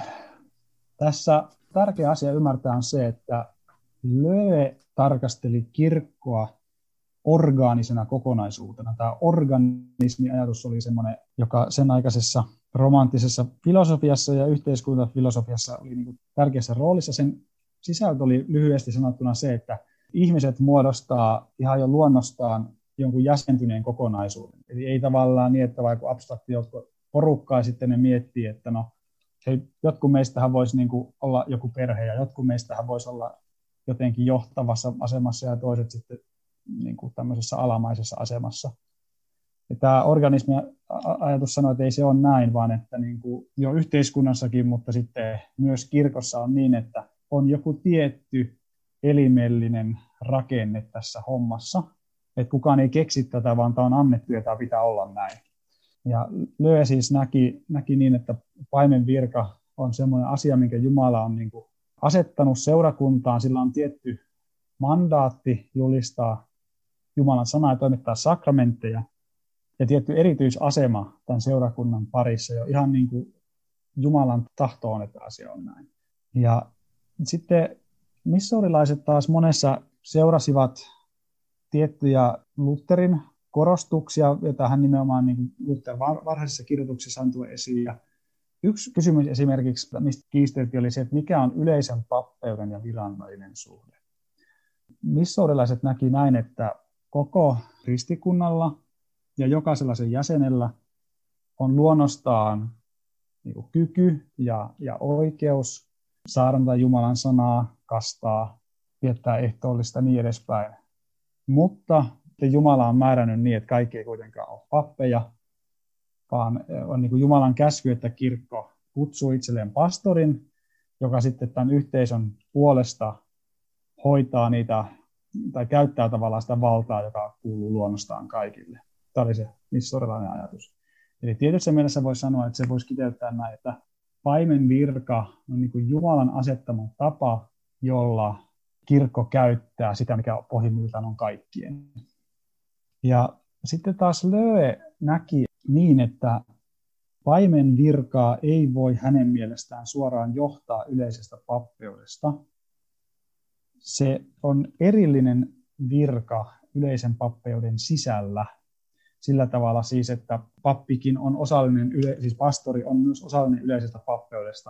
Tässä tärkeä asia ymmärtää on se, että Löö tarkasteli kirkkoa orgaanisena kokonaisuutena. Tämä organismiajatus oli semmoinen, joka sen aikaisessa romanttisessa filosofiassa ja yhteiskuntafilosofiassa oli niin kuin tärkeässä roolissa. Sen sisältö oli lyhyesti sanottuna se, että ihmiset muodostaa ihan jo luonnostaan jonkun jäsentyneen kokonaisuuden. Eli ei tavallaan niin, että vaikka abstrakti porukkaa sitten ne miettii, että no, hei, jotkut meistähän voisi niin kuin olla joku perhe ja jotkut meistähän voisi olla jotenkin johtavassa asemassa ja toiset sitten niin kuin tämmöisessä alamaisessa asemassa. Ja tämä organismi-ajatus sanoo, että ei se ole näin, vaan että niin kuin jo yhteiskunnassakin, mutta sitten myös kirkossa on niin, että on joku tietty elimellinen rakenne tässä hommassa, että kukaan ei keksi tätä, vaan tämä on annettu ja tämä pitää olla näin. Ja Löö siis näki niin, että paimen virka on semmoinen asia, minkä Jumala on niin kuin asettanut seurakuntaan. Sillä on tietty mandaatti julistaa Jumalan sanaa ja toimittaa sakramentteja ja tietty erityisasema tämän seurakunnan parissa jo ihan niin kuin Jumalan tahto on, että asia on näin. Ja sitten missourilaiset taas monessa seurasivat tiettyjä Lutherin korostuksia, joita hän nimenomaan niin Luther varhaisessa kirjoituksessa antoi esiin. Ja yksi kysymys esimerkiksi, mistä kiisteltiin, oli se, että mikä on yleisen pappeuden ja viran välinen suhde. Missourilaiset näki näin, että koko kristikunnalla ja jokaisella sen jäsenellä on luonnostaan niin kuin kyky ja oikeus saarnata Jumalan sanaa, kastaa, viettää ehtoollista ja niin edespäin. Mutta Jumala on määrännyt niin, että kaikki ei kuitenkaan ole pappeja, vaan on niin kuin Jumalan käsky, että kirkko kutsuu itselleen pastorin, joka sitten tämän yhteisön puolesta hoitaa niitä tai käyttää tavallaan sitä valtaa, joka kuuluu luonnostaan kaikille. Tämä oli se missourilainen ajatus. Eli tietyssä mielessä voisi sanoa, että se voisi kiteyttää näin, että paimen virka on niin kuin Jumalan asettama tapa, jolla kirkko käyttää sitä, mikä pohjimmiltaan on kaikkien. Ja sitten taas Löö näki niin, että paimen virkaa ei voi hänen mielestään suoraan johtaa yleisestä pappeudesta. Se on erillinen virka yleisen pappeuden sisällä. sillä tavalla siis, että pappikin on osallinen, siis pastori on myös osallinen yleisestä pappeudesta,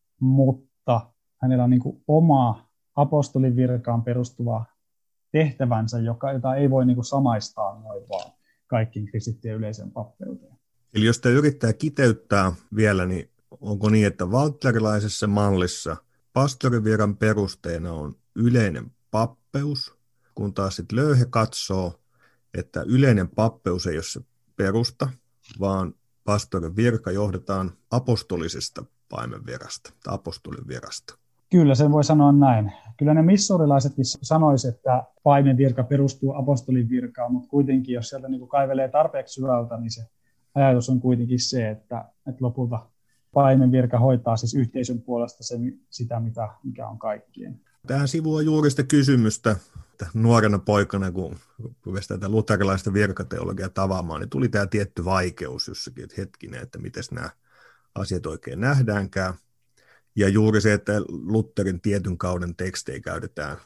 mutta hänellä on niin kuin oma apostolin virkaan perustuva tehtävänsä, jota ei voi niin kuin samaistaa noin vaan kaikkiin kristittyjen yleiseen pappeuteen. Eli jos te yrittää kiteyttää vielä, niin onko niin, että valterilaisessa mallissa pastorin viran perusteena on yleinen pappeus, kun taas sitten Löhe katsoo, että yleinen pappeus ei ole se perusta, vaan pastorin virka johdetaan apostolisesta paimenvirasta tai apostolin virasta. Kyllä, sen voi sanoa näin. Kyllä ne missurilaisetkin sanoisivat, että paimen virka perustuu apostolin virkaan, mutta kuitenkin, jos sieltä niin kuin kaivelee tarpeeksi syvältä, niin se ajatus on kuitenkin se, että lopulta paimen virka hoitaa siis yhteisön puolesta sitä, mikä on kaikkien. Tähän sivuaa juuri sitä kysymystä, että nuorena poikana, kun rupesi tätä luterilaista virkateologiaa tavaamaan, niin tuli tämä tietty vaikeus jossakin, että hetkinen, että miten nämä asiat oikein nähdäänkään. Ja juuri se, että Lutherin tietyn kauden tekstejä käytetään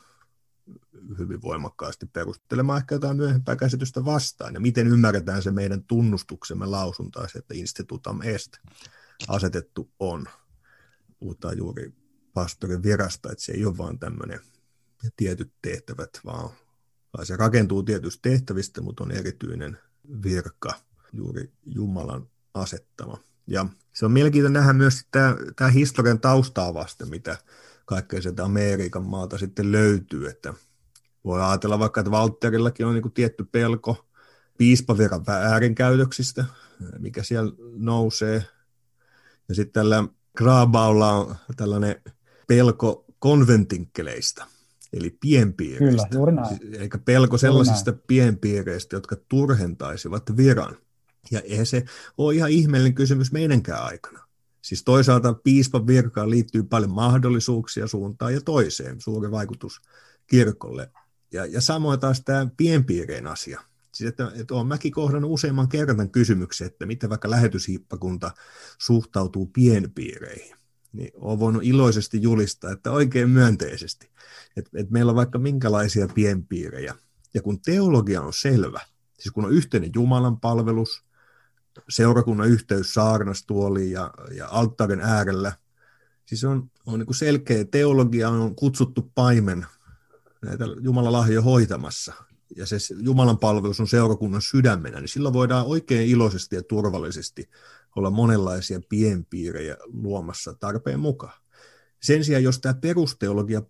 hyvin voimakkaasti perustelemaan ehkä jotain myöhempää käsitystä vastaan. Ja miten ymmärretään se meidän tunnustuksemme lausunta, että institutam est asetettu on. Puhutaan juuri pastorin virasta, että se ei ole vaan tämmöinen tietyt tehtävät, vaan se rakentuu tietystä tehtävistä, mutta on erityinen virka, juuri Jumalan asettama. Ja se on mielenkiintoinen nähdä myös tämä historian taustaa vasten, mitä kaikkea sieltä Amerikan maalta sitten löytyy. Että voi ajatella vaikka, että Walterillakin on niin tietty pelko piispaviran väärinkäytöksistä, mikä siellä nousee. Ja sitten tällä Grabaulla on tällainen pelko konventinkeleistä, eli pienpiireistä. Kyllä, juuri näin. Eikä pelko sellaisista pienpiireistä, jotka turhentaisivat viran. Ja eihän se ole ihan ihmeellinen kysymys meidänkään aikana. Siis toisaalta piispan virkaan liittyy paljon mahdollisuuksia suuntaan ja toiseen, suuri vaikutus kirkolle. Ja samoin taas tämä pienpiireen asia. Siis että olen mäkin kohdannut useamman kerran kysymyksen, että miten vaikka lähetyshiippakunta suhtautuu pienpiireihin. Niin olen voinut iloisesti julistaa, että oikein myönteisesti. Että meillä on vaikka minkälaisia pienpiirejä. Ja kun teologia on selvä, siis kun on yhteinen Jumalan palvelus, seurakunnan yhteys saarnastuoliin ja alttarin äärellä, siis on niin kuin selkeä teologia, on kutsuttu paimen näitä Jumalan lahjoja hoitamassa, ja se Jumalan palvelus on seurakunnan sydämenä, niin silloin voidaan oikein iloisesti ja turvallisesti olla monenlaisia pienpiirejä luomassa tarpeen mukaan. Sen sijaan, jos tämä perusteologia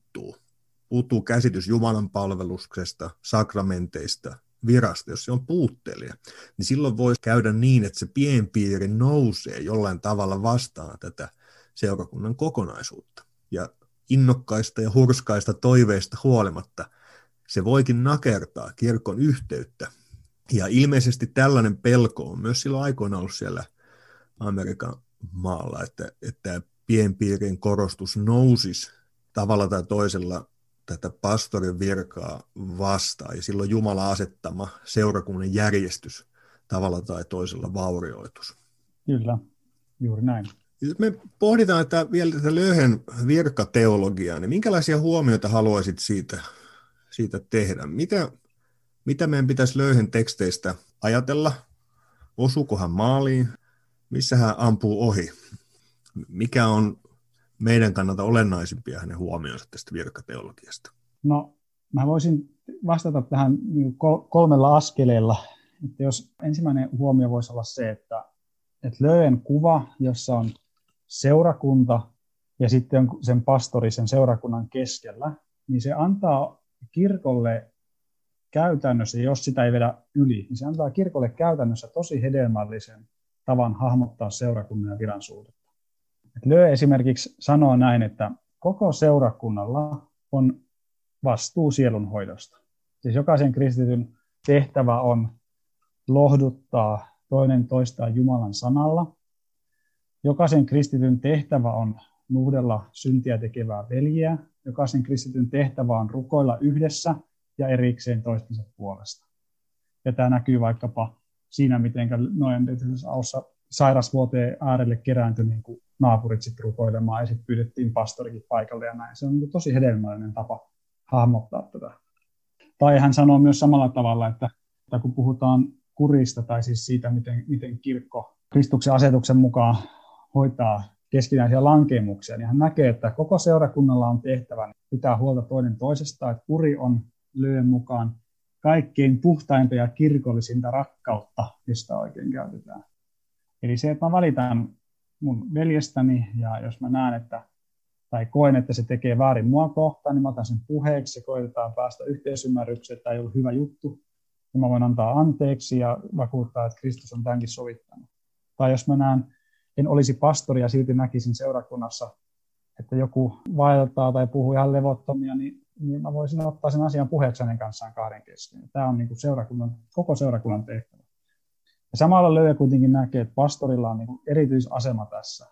puuttuu käsitys Jumalan palveluksesta, sakramenteista, virasta, jos se on puutteellinen, niin silloin voi käydä niin, että se pienpiiri nousee jollain tavalla vastaan tätä seurakunnan kokonaisuutta. Ja innokkaista ja hurskaista toiveista huolimatta se voikin nakertaa kirkon yhteyttä. Ja ilmeisesti tällainen pelko on myös silloin aikoina ollut siellä Amerikan maalla, että pienpiirin korostus nousisi tavalla tai toisella tätä pastorin virkaa vastaan, ja silloin Jumala asettama seurakunnan järjestys tavalla tai toisella vaurioitus. Kyllä, juuri näin. Jos me pohditaan vielä tätä Löhen virkateologiaa, niin minkälaisia huomioita haluaisit siitä tehdä? Mitä meidän pitäisi Löhen teksteistä ajatella? Osuuko hän maaliin? Missä hän ampuu ohi? Mikä on meidän kannalta olennaisimpia hänen huomionsa tästä virkateologiasta? No, mä voisin vastata tähän 3 askeleella. Että jos ensimmäinen huomio voisi olla se, että Löhen kuva, jossa on seurakunta ja sitten on sen pastori sen seurakunnan keskellä, niin se antaa kirkolle käytännössä, jos sitä ei vedä yli, niin se antaa kirkolle käytännössä tosi hedelmällisen tavan hahmottaa seurakunnan ja viran suhdetta. Löhe esimerkiksi sanoo näin, että koko seurakunnalla on vastuu sielunhoidosta. Siis jokaisen kristityn tehtävä on lohduttaa toinen toistaan Jumalan sanalla. Jokaisen kristityn tehtävä on nuhdella syntiä tekevää veljeä. Jokaisen kristityn tehtävä on rukoilla yhdessä ja erikseen toistensa puolesta. Ja tämä näkyy vaikkapa siinä, miten noin sairasvuoteen äärelle kerääntyi niin kuin naapurit sitten rukoilemaan ja sitten pyydettiin pastorikin paikalle ja näin. Se on niin tosi hedelmällinen tapa hahmottaa tätä. Tai hän sanoo myös samalla tavalla, että kun puhutaan kurista tai siis siitä, miten kirkko Kristuksen asetuksen mukaan hoitaa keskinäisiä lankeemuksia, niin hän näkee, että koko seurakunnalla on tehtävä pitää huolta toinen toisesta, että kuri on Löön mukaan kaikkein puhtainta ja kirkollisinta rakkautta, josta oikein käytetään. Eli se, että mä valitan mun veljestäni, ja jos mä näen, että tai koen, että se tekee väärin mua kohtaan, niin mä otan sen puheeksi ja koitetaan päästä yhteisymmärrykseen, että ei ollut hyvä juttu. Ja mä voin antaa anteeksi ja vakuuttaa, että Kristus on tämänkin sovittanut. Tai jos mä näen, en olisi pastori ja silti näkisin seurakunnassa, että joku vaeltaa tai puhuu ihan levottomia, niin mä voisin ottaa sen asian puheeksi hänen kanssaan kahden kesken. Tämä on niin kuin koko seurakunnan tehtävä. Ja samalla Löö kuitenkin näkee, että pastorilla on niin kuin erityisasema tässä.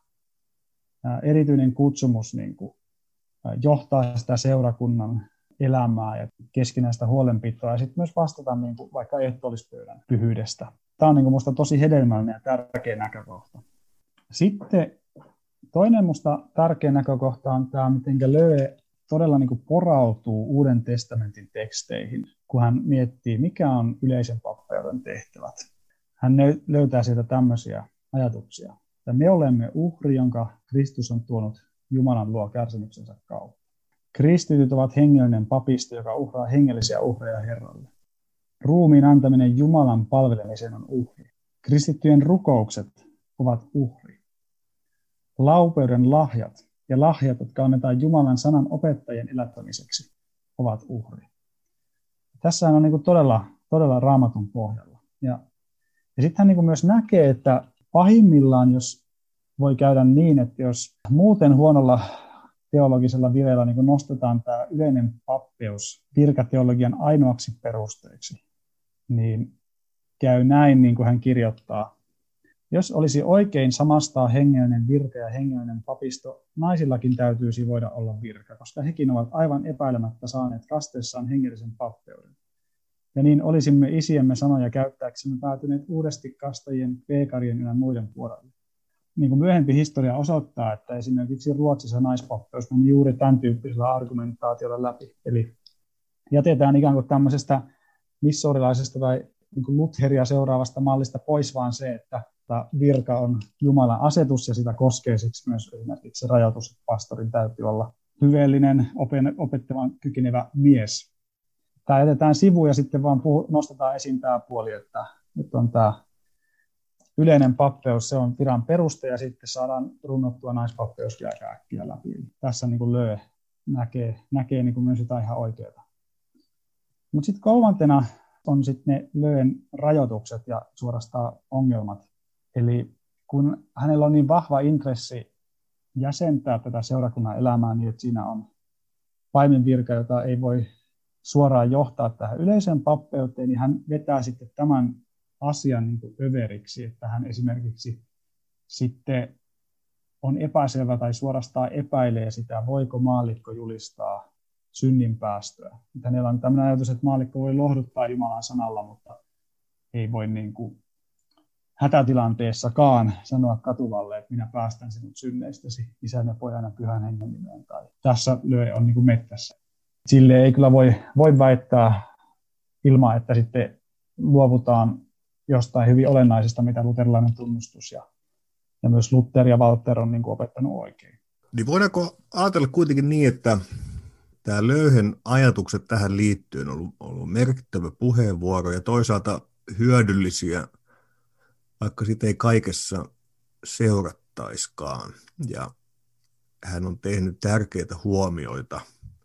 Erityinen kutsumus niin kuin johtaa sitä seurakunnan elämää ja keskinäistä huolenpitoa ja sitten myös vastata niin kuin vaikka ehtoollispöydän pyhyydestä. Tämä on niin kuin minusta tosi hedelmällinen ja tärkeä näkökohta. Sitten toinen minusta tärkeä näkökohta on tämä, miten Löö todella niin kuin porautuu Uuden testamentin teksteihin, kun hän miettii, mikä on yleisen pappeuden tehtävät. Hän löytää sieltä tämmöisiä ajatuksia. Me olemme uhri, jonka Kristus on tuonut Jumalan luo kärsimyksensä kautta. Kristityt ovat hengellinen papisto, joka uhraa hengellisiä uhreja Herralle. Ruumiin antaminen Jumalan palvelemiseen on uhri. Kristittyjen rukoukset ovat uhri. Laupeuden lahjat ja lahjat, jotka annetaan Jumalan sanan opettajien elättämiseksi, ovat uhri. Tässä on niin todella Raamatun pohjalla. Ja sitten hän niin myös näkee, että pahimmillaan, jos voi käydä niin, että jos muuten huonolla teologisella vireellä niin nostetaan tämä yleinen pappeus virkateologian ainoaksi perusteeksi, niin käy näin, niin kuin hän kirjoittaa. Jos olisi oikein samastaa hengellinen virka ja hengellinen papisto, naisillakin täytyisi voida olla virka, koska hekin ovat aivan epäilemättä saaneet kasteessaan hengellisen pappeuden. Ja niin olisimme isiemme sanoja käyttääksemme päätyneet uudesti kastajien, peekarien ja muiden puolelle. Niin kuin myöhempi historia osoittaa, että esimerkiksi Ruotsissa naispappeus meni juuri tämän tyyppisellä argumentaatiolla läpi. Eli jätetään ikään kuin tämmöisestä missourilaisesta tai niin kuin Lutheria seuraavasta mallista pois vaan se, että virka on Jumalan asetus ja sitä koskee siksi myös esimerkiksi se rajoitus, että pastorin täytyy olla hyveellinen, opettavan kykenevä mies. Tämä jätetään sivuun ja sitten vaan nostetaan esiin tämä puoli, että nyt on tämä yleinen pappeus, se on viran peruste ja sitten saadaan runnottua naispappeus aika äkkiä läpi. Tässä niin kuin Löö näkee niin kuin myös jotain ihan oikeaa. Mutta sitten kolmantena on sitten ne Löön rajoitukset ja suorastaan ongelmat. Eli kun hänellä on niin vahva intressi jäsentää tätä seurakunnan elämää niin, että siinä on paimenvirka, jota ei voi suoraan johtaa tähän yleiseen pappeuteen, niin hän vetää sitten tämän asian niin kuin överiksi, että hän esimerkiksi sitten on epäselvä tai suorastaan epäilee sitä, voiko maallikko julistaa synninpäästöä. Hänellä on tämmöinen ajatus, että maallikko voi lohduttaa Jumalan sanalla, mutta ei voi niin kuin hätätilanteessakaan sanoa katuvalle, että minä päästän sinut synneistäsi, Isän ja Pojan ja Pyhän Hengen nimeen. Tai tässä Löö on niin kuin mettässä. Sille ei kyllä voi väittää ilman, että sitten luovutaan jostain hyvin olennaisesta, mitä luterilainen tunnustus ja myös Luther ja Walter on niin kuin opettanut oikein. Niin voidaanko ajatella kuitenkin niin, että tämä Löön ajatukset tähän liittyen on ollut merkittävä puheenvuoro ja toisaalta hyödyllisiä, vaikka sitä ei kaikessa seurattaiskaan. Ja hän on tehnyt tärkeitä huomioita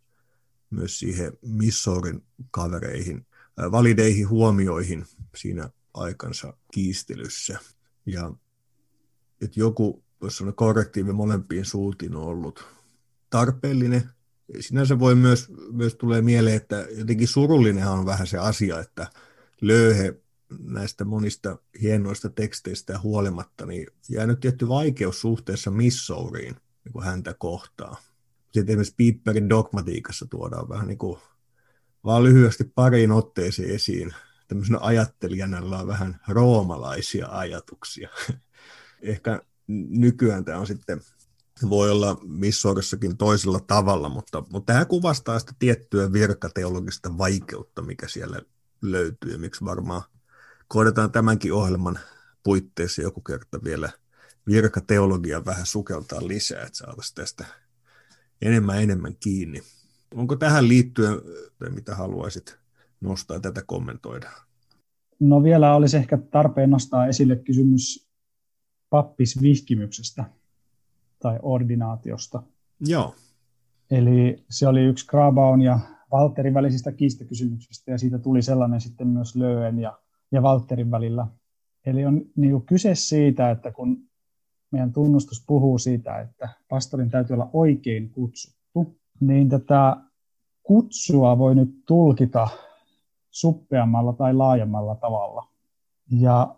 myös siihen Missourin kavereihin, valideihin huomioihin siinä aikansa kiistelyssä. Ja että joku, jos on korrektiivi molempiin suuntiin, on ollut tarpeellinen. Sinänsä voi myös tulee mieleen, että jotenkin surullinen on vähän se asia, että Löö näistä monista hienoista teksteistä huolimatta, niin jäänyt tietty vaikeus suhteessa Missouriin niin kuin häntä kohtaa. Sitten esimerkiksi Piperin dogmatiikassa tuodaan vähän niin kuin, vaan lyhyesti pariin otteeseen esiin. Tämmöisenä ajattelijana on vähän roomalaisia ajatuksia. Ehkä nykyään tämä on sitten, voi olla Missourissakin toisella tavalla, mutta tämä kuvastaa sitä tiettyä virkateologista vaikeutta, mikä siellä löytyy ja miksi varmaan koetetaan tämänkin ohjelman puitteissa joku kerta vielä virkateologiaa vähän sukeltaa lisää, että saataisiin tästä enemmän kiinni. Onko tähän liittyen, mitä haluaisit nostaa tätä kommentoida? No vielä olisi ehkä tarpeen nostaa esille kysymys pappisvihkimyksestä tai ordinaatiosta. Joo. Eli se oli yksi Grabaun ja Walterin välisistä kiistakysymyksistä, ja siitä tuli sellainen sitten myös Löön ja Walterin välillä. Eli on niin kuin kyse siitä, että kun meidän tunnustus puhuu siitä, että pastorin täytyy olla oikein kutsuttu, niin tätä kutsua voi nyt tulkita suppeammalla tai laajemmalla tavalla. Ja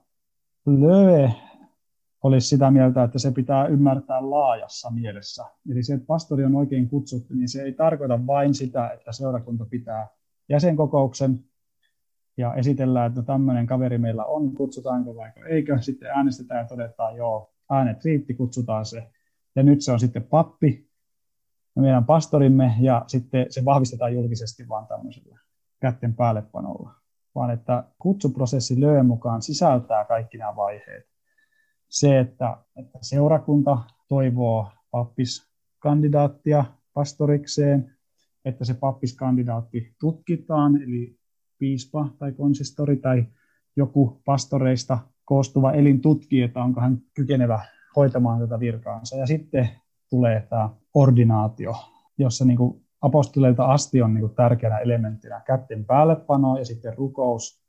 Löö olisi sitä mieltä, että se pitää ymmärtää laajassa mielessä. Eli se, että pastori on oikein kutsuttu, niin se ei tarkoita vain sitä, että seurakunta pitää jäsenkokouksen ja esitellään, että tämmöinen kaveri meillä on, kutsutaanko vai eikö. Sitten äänestetään ja todetaan, joo, äänet riitti, kutsutaan se. Ja nyt se on sitten pappi, meidän pastorimme, ja sitten se vahvistetaan julkisesti vaan tämmöisellä kätten päällepanolla. Vaan että kutsuprosessi Löön mukaan sisältää kaikki nämä vaiheet. Se, että seurakunta toivoo pappiskandidaattia pastorikseen, että se pappiskandidaatti tutkitaan, eli piispa tai konsistori tai joku pastoreista koostuva elin tutkii, että onko hän kykenevä hoitamaan tätä virkaansa. Ja sitten tulee tämä ordinaatio, jossa niin kuin apostoleilta asti on niin kuin tärkeänä elementtinä kätten päällepano ja sitten rukous.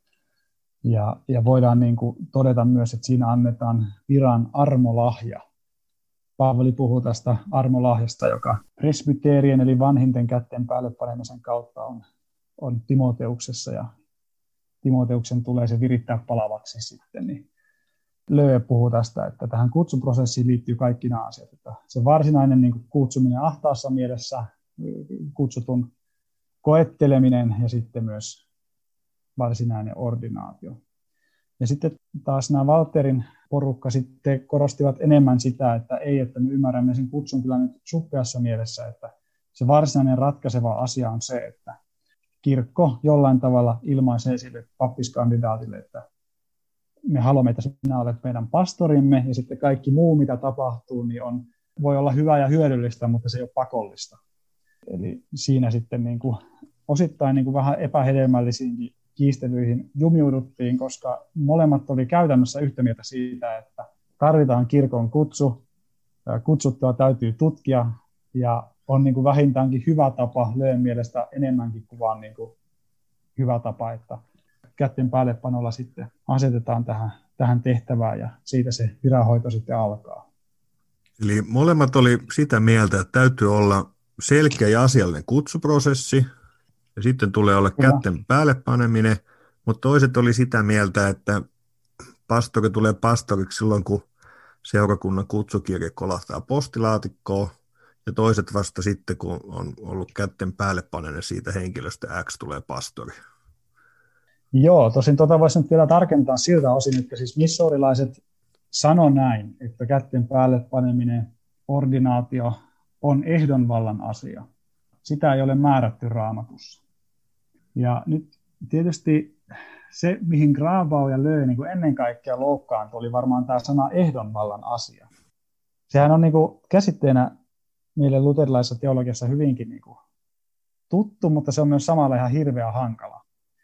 Ja voidaan niin kuin todeta myös, että siinä annetaan viran armolahja. Paavali puhuu tästä armolahjasta, joka presbyteerien eli vanhinten kätten päälle panemisen kautta on Timoteuksessa, ja Timoteuksen tulee se virittää palavaksi sitten. Niin Löö puhuu tästä, että tähän kutsuprosessiin liittyy kaikki nämä asiat. Että se varsinainen niin kuin kutsuminen ahtaassa mielessä, kutsutun koetteleminen ja sitten myös varsinainen ordinaatio. Ja sitten taas nämä Walterin porukka sitten korostivat enemmän sitä, että ei, että me ymmärrämme sen kutsun kyllä nyt suppeassa mielessä, että se varsinainen ratkaiseva asia on se, että kirkko jollain tavalla ilmaisee sille pappiskandidaatille, että me haluamme, että sinä olet meidän pastorimme, ja sitten kaikki muu, mitä tapahtuu, niin voi olla hyvä ja hyödyllistä, mutta se ei ole pakollista. Eli siinä sitten niin kuin osittain niin kuin vähän epähedelmällisiinkin kiistelyihin jumiuduttiin, koska molemmat oli käytännössä yhtä mieltä siitä, että tarvitaan kirkon kutsu, kutsuttua täytyy tutkia, ja on niin kuin vähintäänkin hyvä tapa, Löön mielestä enemmänkin kuin vaan niin kuin hyvä tapa, että kätten päällepanolla sitten asetetaan tähän tehtävään, ja siitä se viranhoito sitten alkaa. Eli molemmat oli sitä mieltä, että täytyy olla selkeä ja asiallinen kutsuprosessi, ja sitten tulee olla kätten päälle paneminen, mutta toiset oli sitä mieltä, että pastori tulee pastoriksi silloin, kun seurakunnan kutsukirje kolahtaa postilaatikkoon, ja toiset vasta sitten, kun on ollut kätten päälle paneminen siitä henkilöstä X tulee pastori. Joo, tosin voisi nyt vielä tarkentaa siltä osin, että siis missoorilaiset sano näin, että kätten päälle paneminen, ordinaatio on ehdonvallan asia. Sitä ei ole määrätty Raamatussa. Ja nyt tietysti se, mihin Grabau ja Löö niin kuin ennen kaikkea loukkaantui, oli varmaan tämä sana ehdonvallan asia. Sehän on niin kuin käsitteenä meille luterilaisessa teologiassa hyvinkin niin kuin tuttu, mutta se on myös samalla ihan hirveän hankala.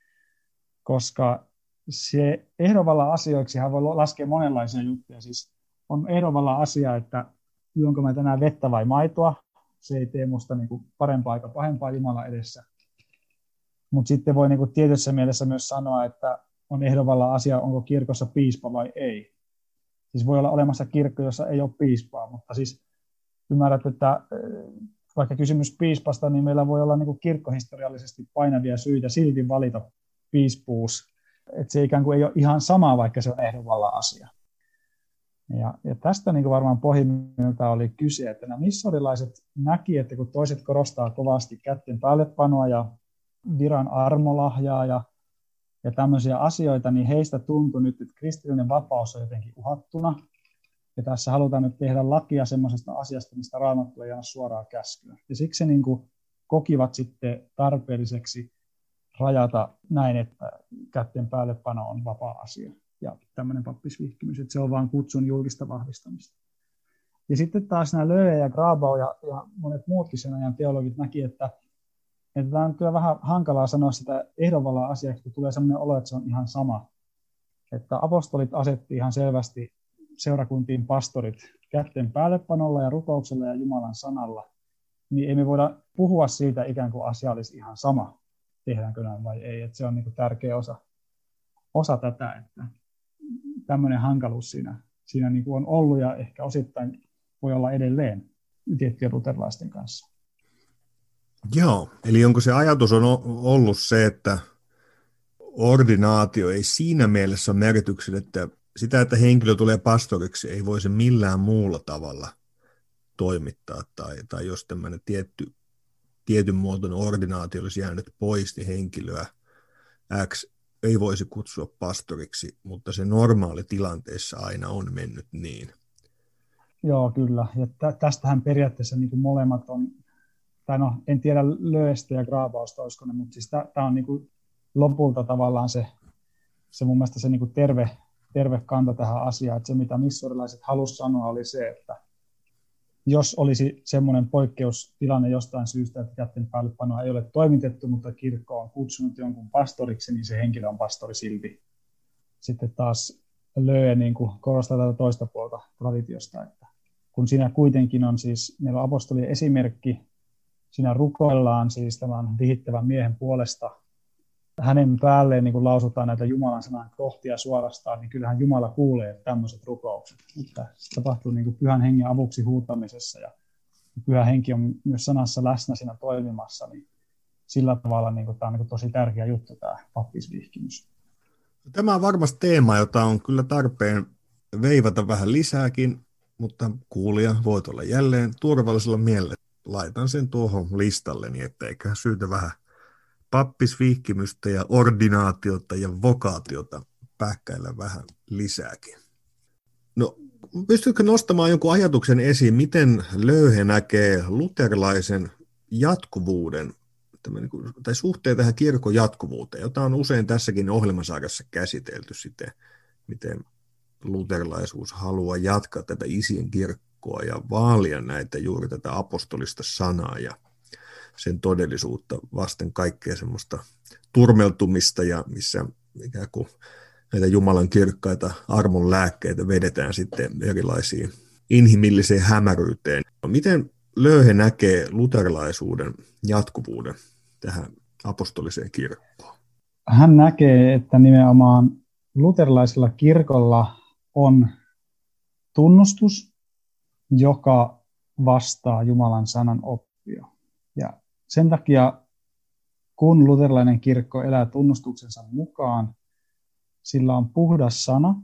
Koska se ehdonvallan asioiksihan voi laskea monenlaisia juttuja. Siis on ehdonvallan asia, että juonko mä tänään vettä vai maitoa. Se ei tee musta niin kuin parempaa eikä pahempaa Jumalan edessä. Mutta sitten voi niin kuin tietyssä mielessä myös sanoa, että on ehdonvallan asia, onko kirkossa piispa vai ei. Siis voi olla olemassa kirkko, jossa ei ole piispaa, mutta siis ymmärrät, että vaikka kysymys piispasta, niin meillä voi olla niin kuin kirkkohistoriallisesti painavia syitä silti valita piispuus. Että se ikään kuin ei ole ihan sama, vaikka se on ehdonvallan asia. Ja tästä niin kuin varmaan pohjimmiltaan oli kyse, että nämä missorilaiset näki, että kun toiset korostaa kovasti kätten päällepanoa ja viran armolahjaa ja tämmöisiä asioita, niin heistä tuntui nyt, että kristillinen vapaus on jotenkin uhattuna. Ja tässä halutaan nyt tehdä lakia semmoisesta asiasta, mistä Raamattu ei anna suoraa käskyä. Ja siksi niin kuin kokivat sitten tarpeelliseksi rajata näin, että kätten päällepano on vapaa asia. Ja tämmöinen pappisvihkimys, että se on vain kutsun julkista vahvistamista. Ja sitten taas nämä Löhe ja Grabau ja monet muutkin sen ajan teologit näki, että tämä on kyllä vähän hankalaa sanoa sitä ehdonvallan asiaksi, kun tulee sellainen olo, että se on ihan sama. Että apostolit asetti ihan selvästi seurakuntiin pastorit kätten päällepanolla ja rukouksella ja Jumalan sanalla, niin ei me voida puhua siitä ikään kuin asia olisi ihan sama, tehdäänkö näin vai ei. Että se on niin kuin tärkeä osa tätä, että tämmöinen hankaluus siinä niin kuin on ollut ja ehkä osittain voi olla edelleen tiettyjen luterilaisten kanssa. Joo, eli onko se ajatus on ollut se, että ordinaatio ei siinä mielessä ole merkityksen, että sitä, että henkilö tulee pastoriksi, ei voisi millään muulla tavalla toimittaa, tai jos tämmöinen tietyn muotoinen ordinaatio olisi jäänyt pois, niin henkilöä X ei voisi kutsua pastoriksi, mutta se normaali tilanteessa aina on mennyt niin. Joo, kyllä. Ja tästähän periaatteessa niin kuin molemmat on, tai no, en tiedä Löhestä ja Grabausta, olisiko ne, mutta siis tämä on niin kuin lopulta tavallaan se mun mielestä se niin kuin terve kanta tähän asiaan, että se mitä missurilaiset halusivat sanoa oli se, että jos olisi semmoinen poikkeustilanne jostain syystä, että kätten päällepanoa ei ole toimitettu, mutta kirkko on kutsunut jonkun pastoriksi, niin se henkilö on pastori silti. Sitten taas Löhe niin kuin korostaa tätä toista puolta traditiosta, että kun siinä kuitenkin on siis, meillä on apostolien esimerkki, siinä rukoillaan siis tämän vihittävän miehen puolesta, hänen päälleen niin kun lausutaan näitä Jumalan sanan kohtia suorastaan, niin kyllähän Jumala kuulee tämmöiset rukoukset. Mutta se tapahtuu niin kuin Pyhän Hengen avuksi huutamisessa ja Pyhä Henki on myös sanassa läsnä siinä toimimassa, niin sillä tavalla niin kuin, tämä on niin kuin tosi tärkeä juttu, tämä pappisvihkimys. Tämä on varmasti teema, jota on kyllä tarpeen veivata vähän lisääkin, mutta kuulija voit olla jälleen turvallisella mielellä. Laitan sen tuohon listalleni, että eiköhän syytä vähän pappisvihkimystä ja ordinaatiota ja vokaatiota pähkäillä vähän lisääkin. No, pystytkö nostamaan jonkun ajatuksen esiin, miten Löhe näkee luterilaisen jatkuvuuden tai suhteen tähän kirkon jatkuvuuteen, jota on usein tässäkin ohjelmasarjassa käsitelty sitten, miten luterilaisuus haluaa jatkaa tätä isien kirkkoa ja vaalia näitä juuri tätä apostolista sanaa ja sen todellisuutta vasten kaikkea semmoista turmeltumista ja missä ikään kuin näitä Jumalan kirkkaita armon lääkkeitä vedetään sitten erilaisiin inhimilliseen hämäryyteen. Miten Löhe näkee luterilaisuuden jatkuvuuden tähän apostoliseen kirkkoon? Hän näkee, että nimenomaan luterilaisella kirkolla on tunnustus, joka vastaa Jumalan sanan oppia. Ja sen takia, kun luterilainen kirkko elää tunnustuksensa mukaan, sillä on puhdas sana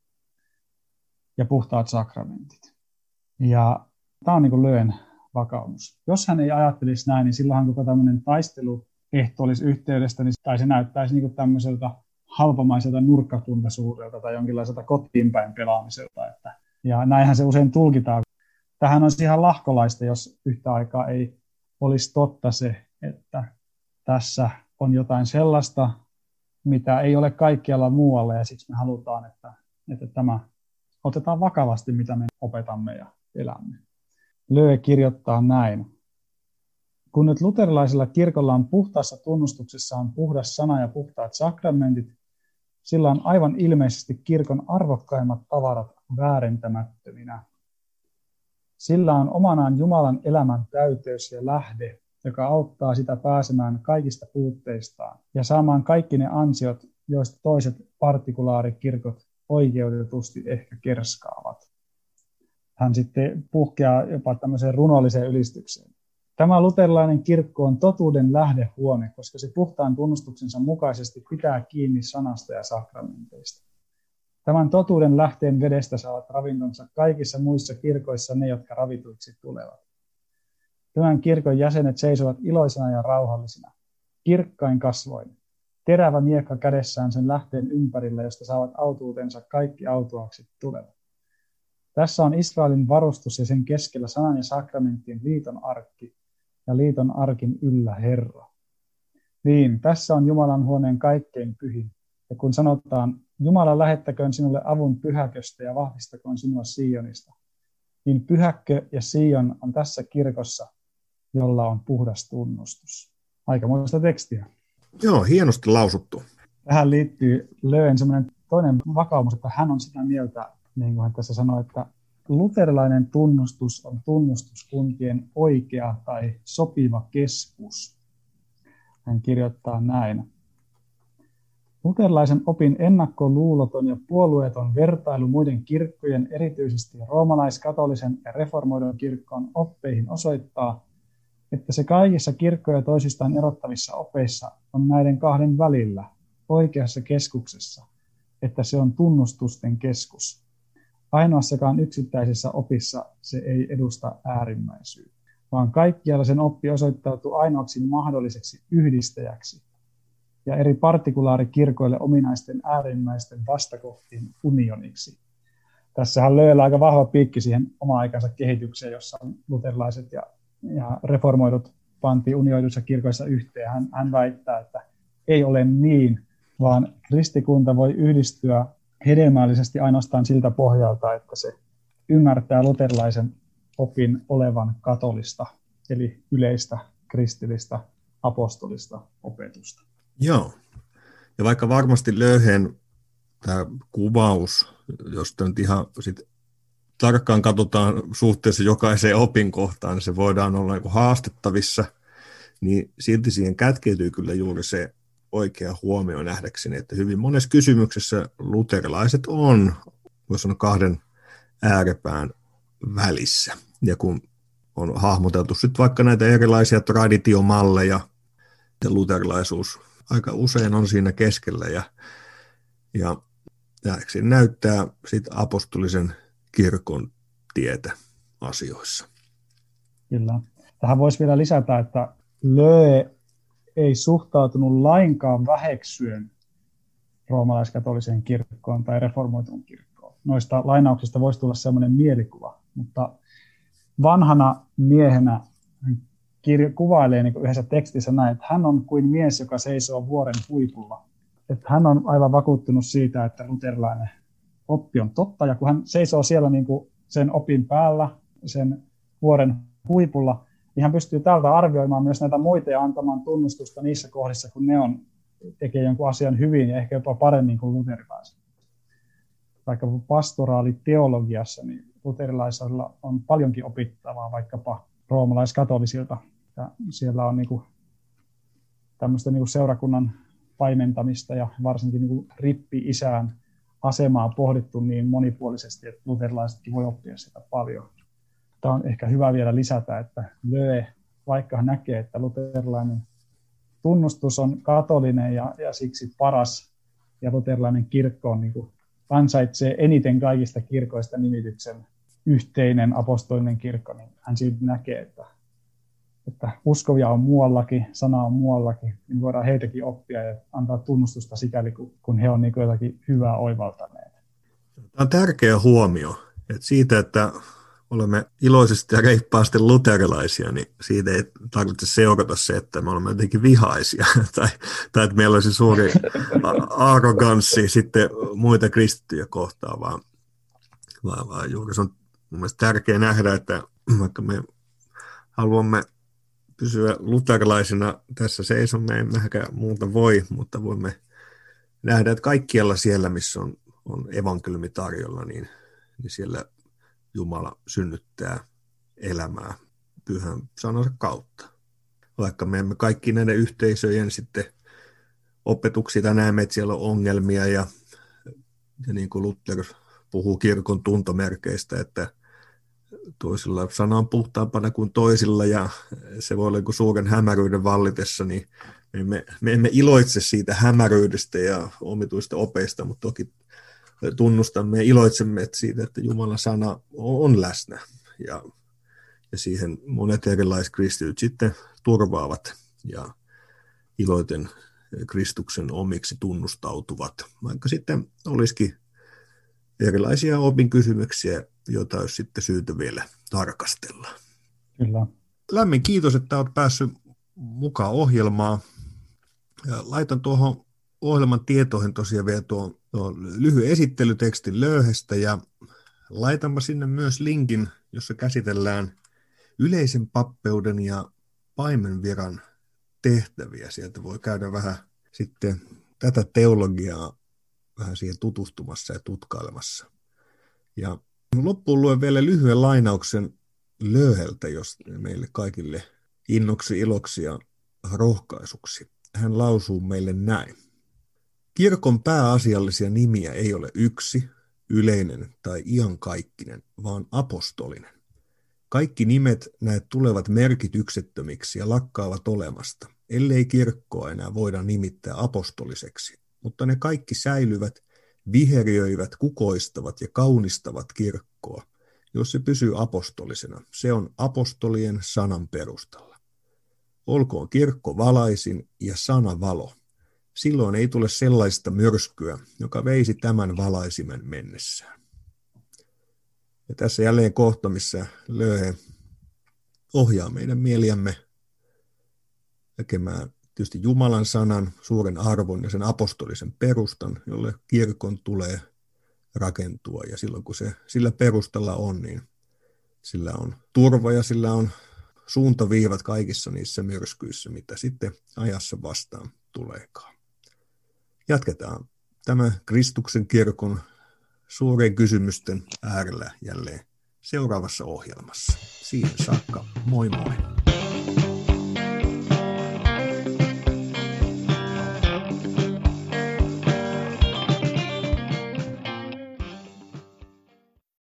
ja puhtaat sakramentit. Ja tämä on niin kuin Löhen vakaumus. Jos hän ei ajattelisi näin, niin silloinhan koko tämmöinen taisteluehto olisi yhteydestä, tai se näyttäisi niin kuin tämmöiseltä halpamaiselta nurkkakuntaisuudelta tai jonkinlaiselta kotiinpäin pelaamiselta. Ja näinhän se usein tulkitaan. Tähän on ihan lahkolaista, jos yhtä aikaa ei olisi totta se, että tässä on jotain sellaista, mitä ei ole kaikkialla muualla, ja siksi me halutaan, että tämä otetaan vakavasti, mitä me opetamme ja elämme. Löhe kirjoittaa näin. Kun nyt luterilaisella kirkolla on puhtaassa tunnustuksessaan puhdas sana ja puhtaat sakramentit, sillä on aivan ilmeisesti kirkon arvokkaimmat tavarat väärentämättöminä. Sillä on omanaan Jumalan elämän täyteys ja lähde, joka auttaa sitä pääsemään kaikista puutteistaan ja saamaan kaikki ne ansiot, joista toiset partikulaarikirkot oikeutetusti ehkä kerskaavat. Hän sitten puhkeaa jopa tämmöiseen runolliseen ylistykseen. Tämä luterilainen kirkko on totuuden lähdehuone, koska se puhtaan tunnustuksensa mukaisesti pitää kiinni sanasta ja sakramenteista. Tämän totuuden lähteen vedestä saavat ravintonsa kaikissa muissa kirkoissa ne, jotka ravituiksi tulevat. Tämän kirkon jäsenet seisovat iloisina ja rauhallisina, kirkkain kasvoin, terävä miekka kädessään sen lähteen ympärillä, josta saavat autuutensa kaikki autuaaksi tulevat. Tässä on Israelin varustus ja sen keskellä sanan ja sakramenttien liiton arkki ja liiton arkin yllä Herra. Niin, tässä on Jumalan huoneen kaikkein pyhin. Ja kun sanotaan, Jumala lähettäköön sinulle avun pyhäköstä ja vahvistakoon sinua Sionista, niin pyhäkkö ja Sion on tässä kirkossa, jolla on puhdas tunnustus. Aikamoista tekstiä. Joo, hienosti lausuttu. Tähän liittyy Löön semmoinen toinen vakaumus, että hän on sitä mieltä, niin kuin hän tässä sanoi, että luterilainen tunnustus on tunnustuskuntien oikea tai sopiva keskus. Hän kirjoittaa näin. Luterilaisen opin ennakkoluuloton ja puolueeton vertailu muiden kirkkojen, erityisesti roomalaiskatolisen ja reformoidun kirkon oppeihin osoittaa, että se kaikissa kirkkoja toisistaan erottavissa opeissa on näiden kahden välillä, oikeassa keskuksessa, että se on tunnustusten keskus. Ainoassakaan yksittäisessä opissa se ei edusta äärimmäisyyttä, vaan kaikkialla sen oppi osoittautuu ainoaksi mahdolliseksi yhdistäjäksi ja eri partikulaarikirkoille ominaisten äärimmäisten vastakohtien unioniksi. Tässähän Lööllä aika vahva piikki siihen oma-aikansa kehitykseen, jossa luterilaiset ja reformoidut pantiin unioiduissa kirkoissa yhteen. Hän väittää, että ei ole niin, vaan kristikunta voi yhdistyä hedelmällisesti ainoastaan siltä pohjalta, että se ymmärtää luterilaisen opin olevan katolista, eli yleistä kristillistä apostolista opetusta. Joo, ja vaikka varmasti Löhen tämä kuvaus, josta nyt ihan sit tarkkaan katsotaan suhteessa jokaiseen opinkohtaan, niin se voidaan olla niin haastettavissa, niin silti siihen kätkeytyy kyllä juuri se oikea huomio nähdäkseni, että hyvin monessa kysymyksessä luterilaiset on, voisi sanoa, kahden ääripään välissä. Ja kun on hahmoteltu sitten vaikka näitä erilaisia traditiomalleja, ja luterilaisuus aika usein on siinä keskellä, ja näyttää sitten apostolisen kirkon tietä asioissa. Kyllä. Tähän voisi vielä lisätä, että Löö ei suhtautunut lainkaan väheksyen roomalaiskatoliseen kirkkoon tai reformoituun kirkkoon. Noista lainauksista voisi tulla sellainen mielikuva, mutta vanhana miehenä hän kuvailee niin kuin yhdessä tekstissä näin, että hän on kuin mies, joka seisoo vuoren huipulla. Että hän on aivan vakuuttunut siitä, että luterilainen oppi on totta, ja kun hän seisoo siellä niin kuin sen opin päällä, sen vuoren huipulla, niin hän pystyy täältä arvioimaan myös näitä muita ja antamaan tunnustusta niissä kohdissa, kun ne tekee jonkun asian hyvin ja ehkä jopa paremmin kuin luterilaiset. Vaikka pastoraaliteologiassa, niin luterilaisilla on paljonkin opittavaa vaikkapa roomalaiskatolisilta. Ja siellä on niinku tämmöistä niinku seurakunnan paimentamista ja varsinkin niinku rippi-isään asemaa pohdittu niin monipuolisesti, että luterilaisetkin voi oppia sitä paljon. Tämä on ehkä hyvä vielä lisätä, että Löö, vaikka hän näkee, että luterilainen tunnustus on katolinen ja siksi paras, ja luterilainen kirkko on, niin kuin, ansaitsee eniten kaikista kirkoista nimityksen yhteinen apostolinen kirkko, niin hän silti näkee, että uskovia on muuallakin, sana on muuallakin, niin voidaan heitäkin oppia ja antaa tunnustusta sikäli, kun he on niin kuin jotakin hyvää oivaltaneet. Tämä on tärkeä huomio, että siitä, että olemme iloisesti ja reippaasti luterilaisia, niin siitä ei tarvitse seurata se, että me olemme jotenkin vihaisia tai että meillä olisi suuri arroganssi sitten muita kristittyjä kohtaan, vaan juuri se on mun mielestä tärkeää nähdä, että vaikka me haluamme pysyä luterilaisina tässä seisomme, emmekä muuta voi, mutta voimme nähdä, että kaikkialla siellä, missä on evankeliumi tarjolla, niin siellä Jumala synnyttää elämää pyhän sanansa kautta. Vaikka me emme kaikki näiden yhteisöjen sitten opetuksia näemme, että siellä on ongelmia ja niin kuin Luther puhuu kirkon tuntomerkeistä, että toisilla sana on puhtaampana kuin toisilla ja se voi olla suuren hämäryyden vallitessa, niin me emme iloitse siitä hämäryydestä ja omituista opeista, mutta toki tunnustamme ja iloitsemme siitä, että Jumalan sana on läsnä ja siihen monet erilaiset kristityt sitten turvaavat ja iloiten Kristuksen omiksi tunnustautuvat, vaikka sitten olisikin erilaisia opinkysymyksiä, joita olisi sitten syytä vielä tarkastella. Kyllä. Lämmin kiitos, että olet päässyt mukaan ohjelmaan. Ja laitan tuohon ohjelman tietoihin tosiaan vielä tuon lyhyen esittelytekstin Löyhestä ja laitanpa sinne myös linkin, jossa käsitellään yleisen pappeuden ja paimenviran tehtäviä. Sieltä voi käydä vähän sitten tätä teologiaa vähän siihen tutustumassa ja tutkailemassa. Ja loppuun luen vielä lyhyen lainauksen Löyheltä, jos meille kaikille innoksi, iloksi ja rohkaisuksi. Hän lausuu meille näin. Kirkon pääasiallisia nimiä ei ole yksi, yleinen tai iankaikkinen, vaan apostolinen. Kaikki nimet näet tulevat merkityksettömiksi ja lakkaavat olemasta, ellei kirkkoa enää voida nimittää apostoliseksi, mutta ne kaikki säilyvät, viheriöivät, kukoistavat ja kaunistavat kirkkoa, jos se pysyy apostolisena. Se on apostolien sanan perustalla. Olkoon kirkko valaisin ja sana valo. Silloin ei tule sellaista myrskyä, joka veisi tämän valaisimen mennessään. Ja tässä jälleen kohta, missä Löyhe ohjaa meidän mieliämme näkemään tietysti Jumalan sanan, suuren arvon ja sen apostolisen perustan, jolle kirkon tulee rakentua. Ja silloin kun se sillä perustalla on, niin sillä on turva ja sillä on suuntaviivat kaikissa niissä myrskyissä, mitä sitten ajassa vastaan tuleekaan. Jatketaan tämä Kristuksen kirkon suuren kysymysten äärellä jälleen seuraavassa ohjelmassa. Siihen saakka, moi moi!